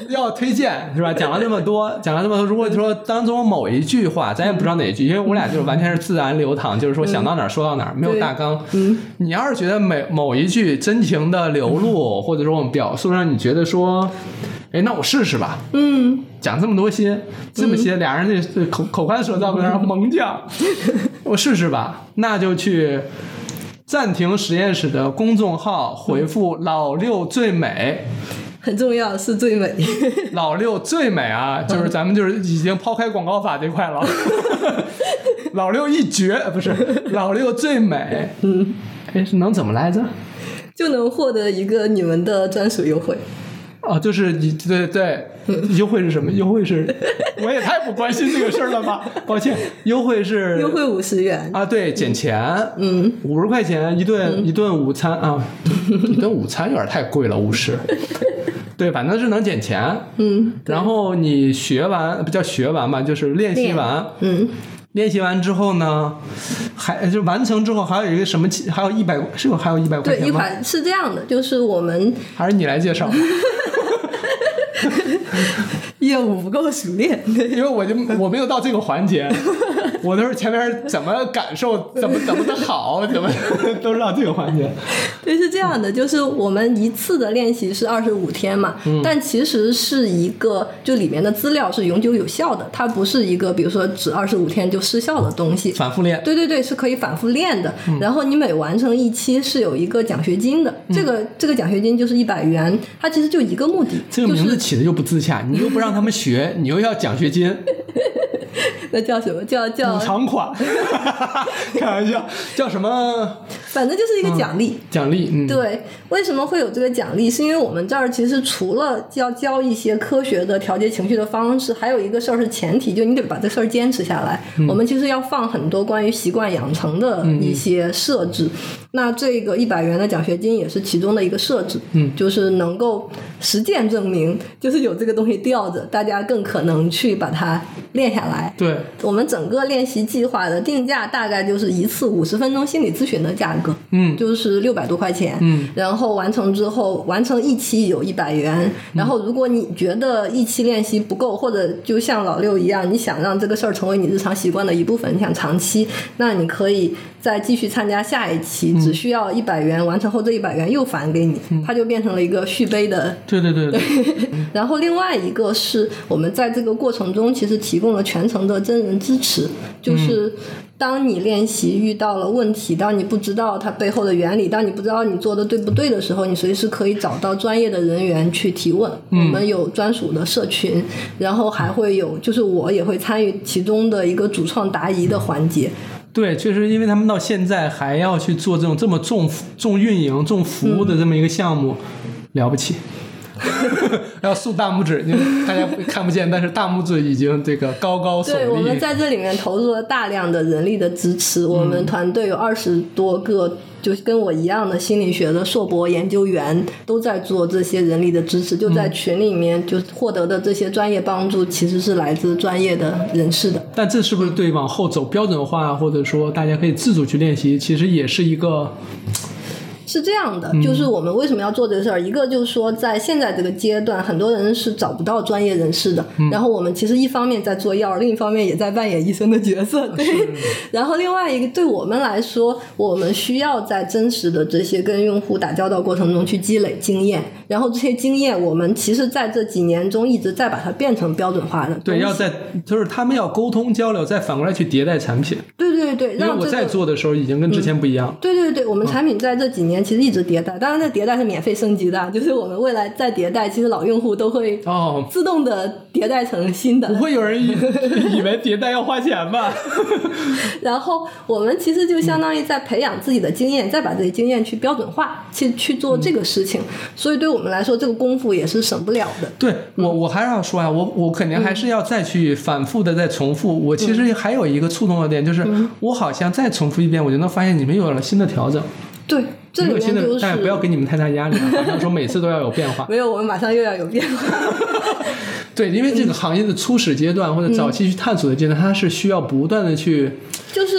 要推荐是吧？讲了这么多，讲了这么多，如果说当中某一句话，咱也不知道哪一句，因为我俩就是完全是自然流淌，就是说想到哪儿说到哪儿，没有大纲。
嗯，
你要是觉得每某一句真情的流露，或者说我们表述让你觉得说，哎，那我试试吧。
嗯，
讲这么多些，这么些，俩人这口口干舌燥，搁那儿猛讲，我试试吧。那就去暂停实验室的公众号回复老六最美。
很重要，是最美。
老六最美啊，就是咱们就是已经抛开广告法这块了。老六一绝，不是老六最美。
嗯，
哎，是能怎么来着？
就能获得一个你们的专属优惠。
哦，就是你对对，优惠是什么？优惠是，我也太不关心这个事儿了吧？抱歉，优惠是
优惠五十元
啊，对，减钱，
嗯，
五十块钱一顿、嗯、一顿午餐啊，一顿午餐有点太贵了，五十。对，反正是能减钱，
嗯，
然后你学完不叫学完吧，就是练习完，
嗯。
练习完之后呢，还就完成之后还有一个什么，还有一百，是有还有一百块钱吗？
对，一百是这样的，就是我们
还是你来介绍。
业务不够熟练，
因为我就我没有到这个环节，我都是前面怎么感受，怎么怎么的好，怎么都是到这个环节。
对，是这样的，就是我们一次的练习是二十五天嘛、嗯，但其实是一个就里面的资料是永久有效的，它不是一个比如说只二十五天就失效的东西，
反复练。
对对对，是可以反复练的。嗯、然后你每完成一期是有一个奖学金的，嗯、这个这个奖学金就是一百元，它其实就一个目的。
这个名字起的又不自洽，你又不让他们学，你又要奖学金。
那叫什么？叫叫
补偿款？开玩笑，叫什么？
反正就是一个奖励。
嗯、奖励，嗯，
对。为什么会有这个奖励？是因为我们这儿其实除了要教一些科学的调节情绪的方式，还有一个事儿是前提，就你得把这事儿坚持下来、嗯。我们其实要放很多关于习惯养成的一些设置。嗯、那这个一百元的奖学金也是其中的一个设置。嗯，就是能够实践证明，就是有这个东西吊着，大家更可能去把它练下来。
对，
我们整个练习计划的定价大概就是一次五十分钟心理咨询的价格，嗯，就是六百多块钱，嗯，然后完成之后，完成一期有一百元，然后如果你觉得一期练习不够，或者就像老六一样，你想让这个事儿成为你日常习惯的一部分，你想长期，那你可以再继续参加下一期，嗯、只需要一百元，完成后这一百元又返给你，嗯、它就变成了一个续杯的，
对对对对。
然后另外一个是我们在这个过程中其实提供了全程的真人支持，就是当你练习遇到了问题，当你不知道它背后的原理，当你不知道你做的对不对的时候，你随时可以找到专业的人员去提问、嗯、我们有专属的社群，然后还会有就是我也会参与其中的一个主创答疑的环节。
对，确实因为他们到现在还要去做这种这么重重运营重服务的这么一个项目、嗯、了不起。要竖大拇指，因为大家看不见，但是大拇指已经这个高高耸立。
对，我们在这里面投入了大量的人力的支持，我们团队有二十多个就跟我一样的心理学的硕博研究员都在做这些人力的支持，就在群里面就获得的这些专业帮助其实是来自专业的人士的。
但这是不是对往后走标准化，或者说大家可以自主去练习，其实也是一个
是这样的，就是我们为什么要做这个事儿、嗯、一个就是说在现在这个阶段很多人是找不到专业人士的、嗯、然后我们其实一方面在做药，另一方面也在扮演医生的角色，对。然后另外一个对我们来说，我们需要在真实的这些跟用户打交道过程中去积累经验，然后这些经验我们其实在这几年中一直在把它变成标准化的。
对，要在就是他们要沟通交流，再反过来去迭代产品。
对对对，
因为我在做的时候已经跟之前不一样、嗯、对
对对，我们产品在这几年其实一直迭代，当然这迭代是免费升级的，就是我们未来再迭代，其实老用户都会自动的迭代成新的、
哦、不会有人以以为迭代要花钱吧。
然后我们其实就相当于在培养自己的经验、嗯、再把这些经验去标准化，去去做这个事情、嗯、所以对我们来说这个功夫也是省不了的。
对，我我还是要说啊，我我肯定还是要再去反复的再重复、嗯、我其实还有一个触动的点，就是、嗯、我好像再重复一遍我就能发现你们有了新的调整。
对，这里面就是，
但不要给你们太大压力，好像说每次都要有变化。
没有，我们马上又要有变化。
对，因为这个行业的初始阶段或者早期去探索的阶段、嗯、它是需要不断的去，
就是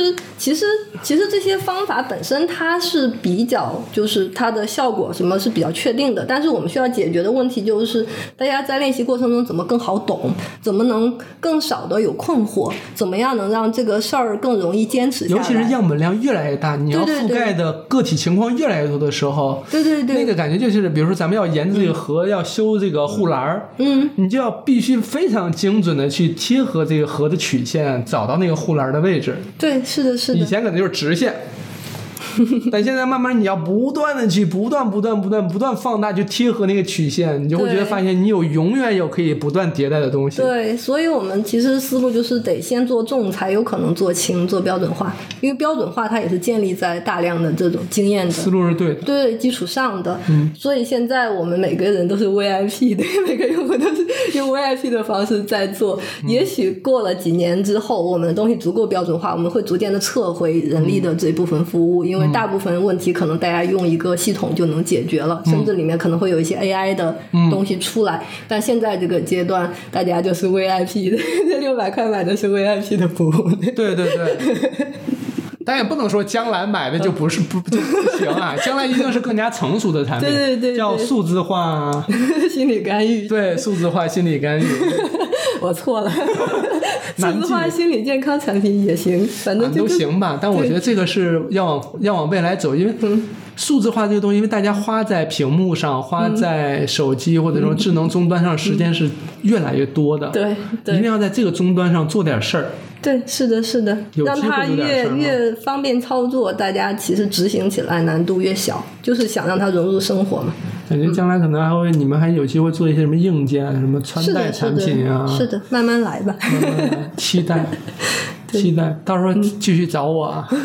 其实其实这些方法本身它是比较就是它的效果什么是比较确定的，但是我们需要解决的问题就是大家在练习过程中怎么更好懂，怎么能更少的有困惑，怎么样能让这个事儿更容易坚持下来。
尤其是样本量越来越大，你要覆盖的个体情况越来越多的时候，
对对对，
那个感觉就是比如说咱们要沿着这个河、嗯、要修这个护栏，
嗯，
你就要必须非常精准的去贴合这个河的曲线，找到那个护栏的位置。
对，是的是的，
以前可能就是直线但现在慢慢你要不断的去不断不断不断不断放大，去贴合那个曲线，你就会觉得发现你有永远有可以不断迭代的东西。
对，所以我们其实思路就是得先做重才有可能做轻，做标准化，因为标准化它也是建立在大量的这种经验的
思路是对的，
对基础上的。
嗯，
所以现在我们每个人都是 V I P 的，每个用户都是用 V I P 的方式在做、嗯、也许过了几年之后我们的东西足够标准化，我们会逐渐的撤回人力的这部分服务、嗯、因为大部分问题可能大家用一个系统就能解决了、嗯、甚至里面可能会有一些 A I 的东西出来、嗯、但现在这个阶段大家就是 V I P 的，这六百块买的是 V I P 的服务。
对对对但也不能说将来买的就不是不就不行啊，将来一定是更加成熟的产品。
对对 对, 对，
叫数字化
心理干预。
对，数字化心理干预。
我错了。数字化心理健康产品也行，反正、
啊、都行吧。但我觉得这个是要往要往未来走，因为数字化这个东西，因为大家花在屏幕上、花在手机或者说智能终端上时间是越来越多的。
对、嗯，对，
一定要在这个终端上做点事儿。
对，是的，是的，让它越越方便操作，大家其实执行起来难度越小，就是想让它融入生活嘛。
感觉将来可能还会、嗯、你们还有机会做一些什么硬件、什么穿戴产品啊。
是的，是的，是的，慢慢来吧。
慢慢来，期待，期待，到时候继续找我啊。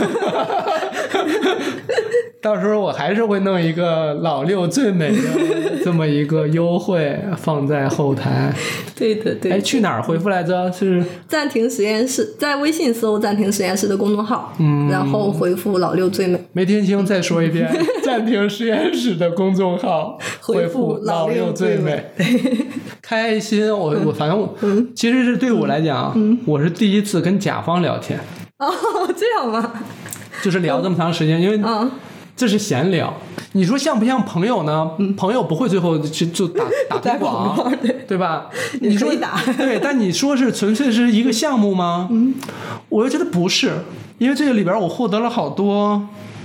到时候我还是会弄一个老六最美的这么一个优惠放在后台。
对的对的。
哎，去哪儿回复来着？是
暂停实验室，在微信搜暂停实验室的公众号，嗯，然后回复老六最美。
没听清，再说一遍。暂停实验室的公众号回复老六最美。开心，我我反正我、嗯、其实是对我来讲、嗯、我是第一次跟甲方聊天。
哦，这样吗？
就是聊这么长时间、嗯、因为
嗯
这是闲聊，你说像不像朋友呢？嗯、朋友不会最后去就打打推广，对, 对吧？
你说打
对，但你说是纯粹是一个项目吗？
嗯，
我又觉得不是，因为这个里边我获得了好多，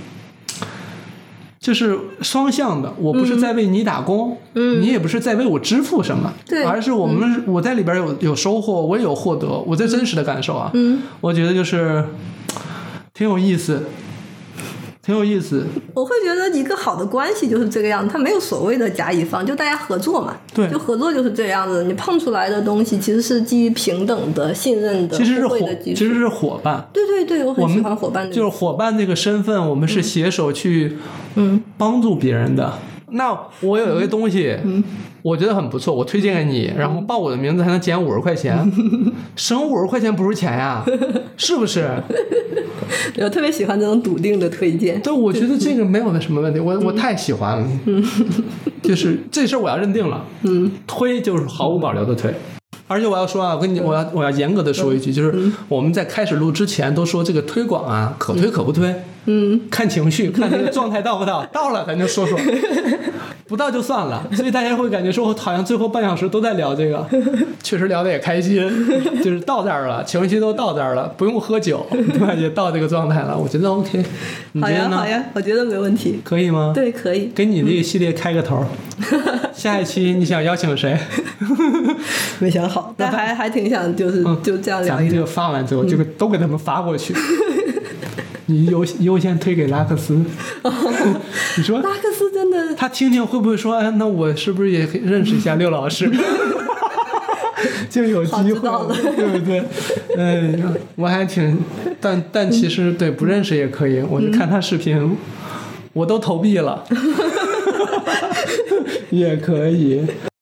就是双向的。我不是在为你打工，嗯，你也不是在为我支付什么，
对，
而是我们、嗯、我在里边有有收获，我也有获得，我在真实的感受啊，
嗯，
我觉得就是挺有意思。挺有意思，
我会觉得一个好的关系就是这个样子，它没有所谓的甲乙方，就大家合作嘛。
对，
就合作就是这样子。你碰出来的东西其实是基于平等的、信任的、
其实是伙，
的基础
其实是伙伴。
对对对，我很喜欢伙伴的。
就是伙伴这个身份，我们是携手去嗯帮助别人的。嗯、那我有一个东西，嗯。我觉得很不错，我推荐给你，然后报我的名字还能减五十块钱，省五十块钱不是钱呀，是不是？
我特别喜欢这种笃定的推荐。
对，我觉得这个没有那什么问题，我我太喜欢了。嗯，就是这事儿我要认定了，嗯，推就是毫无保留的推。而且我要说啊，我跟你我要我要严格的说一句，就是我们在开始录之前都说这个推广啊，可推可不推，嗯，看情绪，看这个状态到不到，到了咱就说说。不到就算了，所以大家会感觉说好像最后半小时都在聊这个，确实聊得也开心，就是到这儿了，情绪都到这儿了，不用喝酒，对吧？也到这个状态了，我觉得 OK。
好呀好呀，我觉得没问题。
可以吗？
对，可以。
给你这个系列开个头，下一期你想邀请谁？
没想好，但还还挺想就是、嗯、就这样聊一聊。
咱们这个发完之后，这个都给他们发过去。你优优先推给拉克斯，你说
拉克斯真的，
他听听会不会说，哎，那我是不是也认识一下六老师？就有机会了，对不对？嗯，我还挺，但但其实对不认识也可以，我就看他视频，嗯、我都投币了，也可以。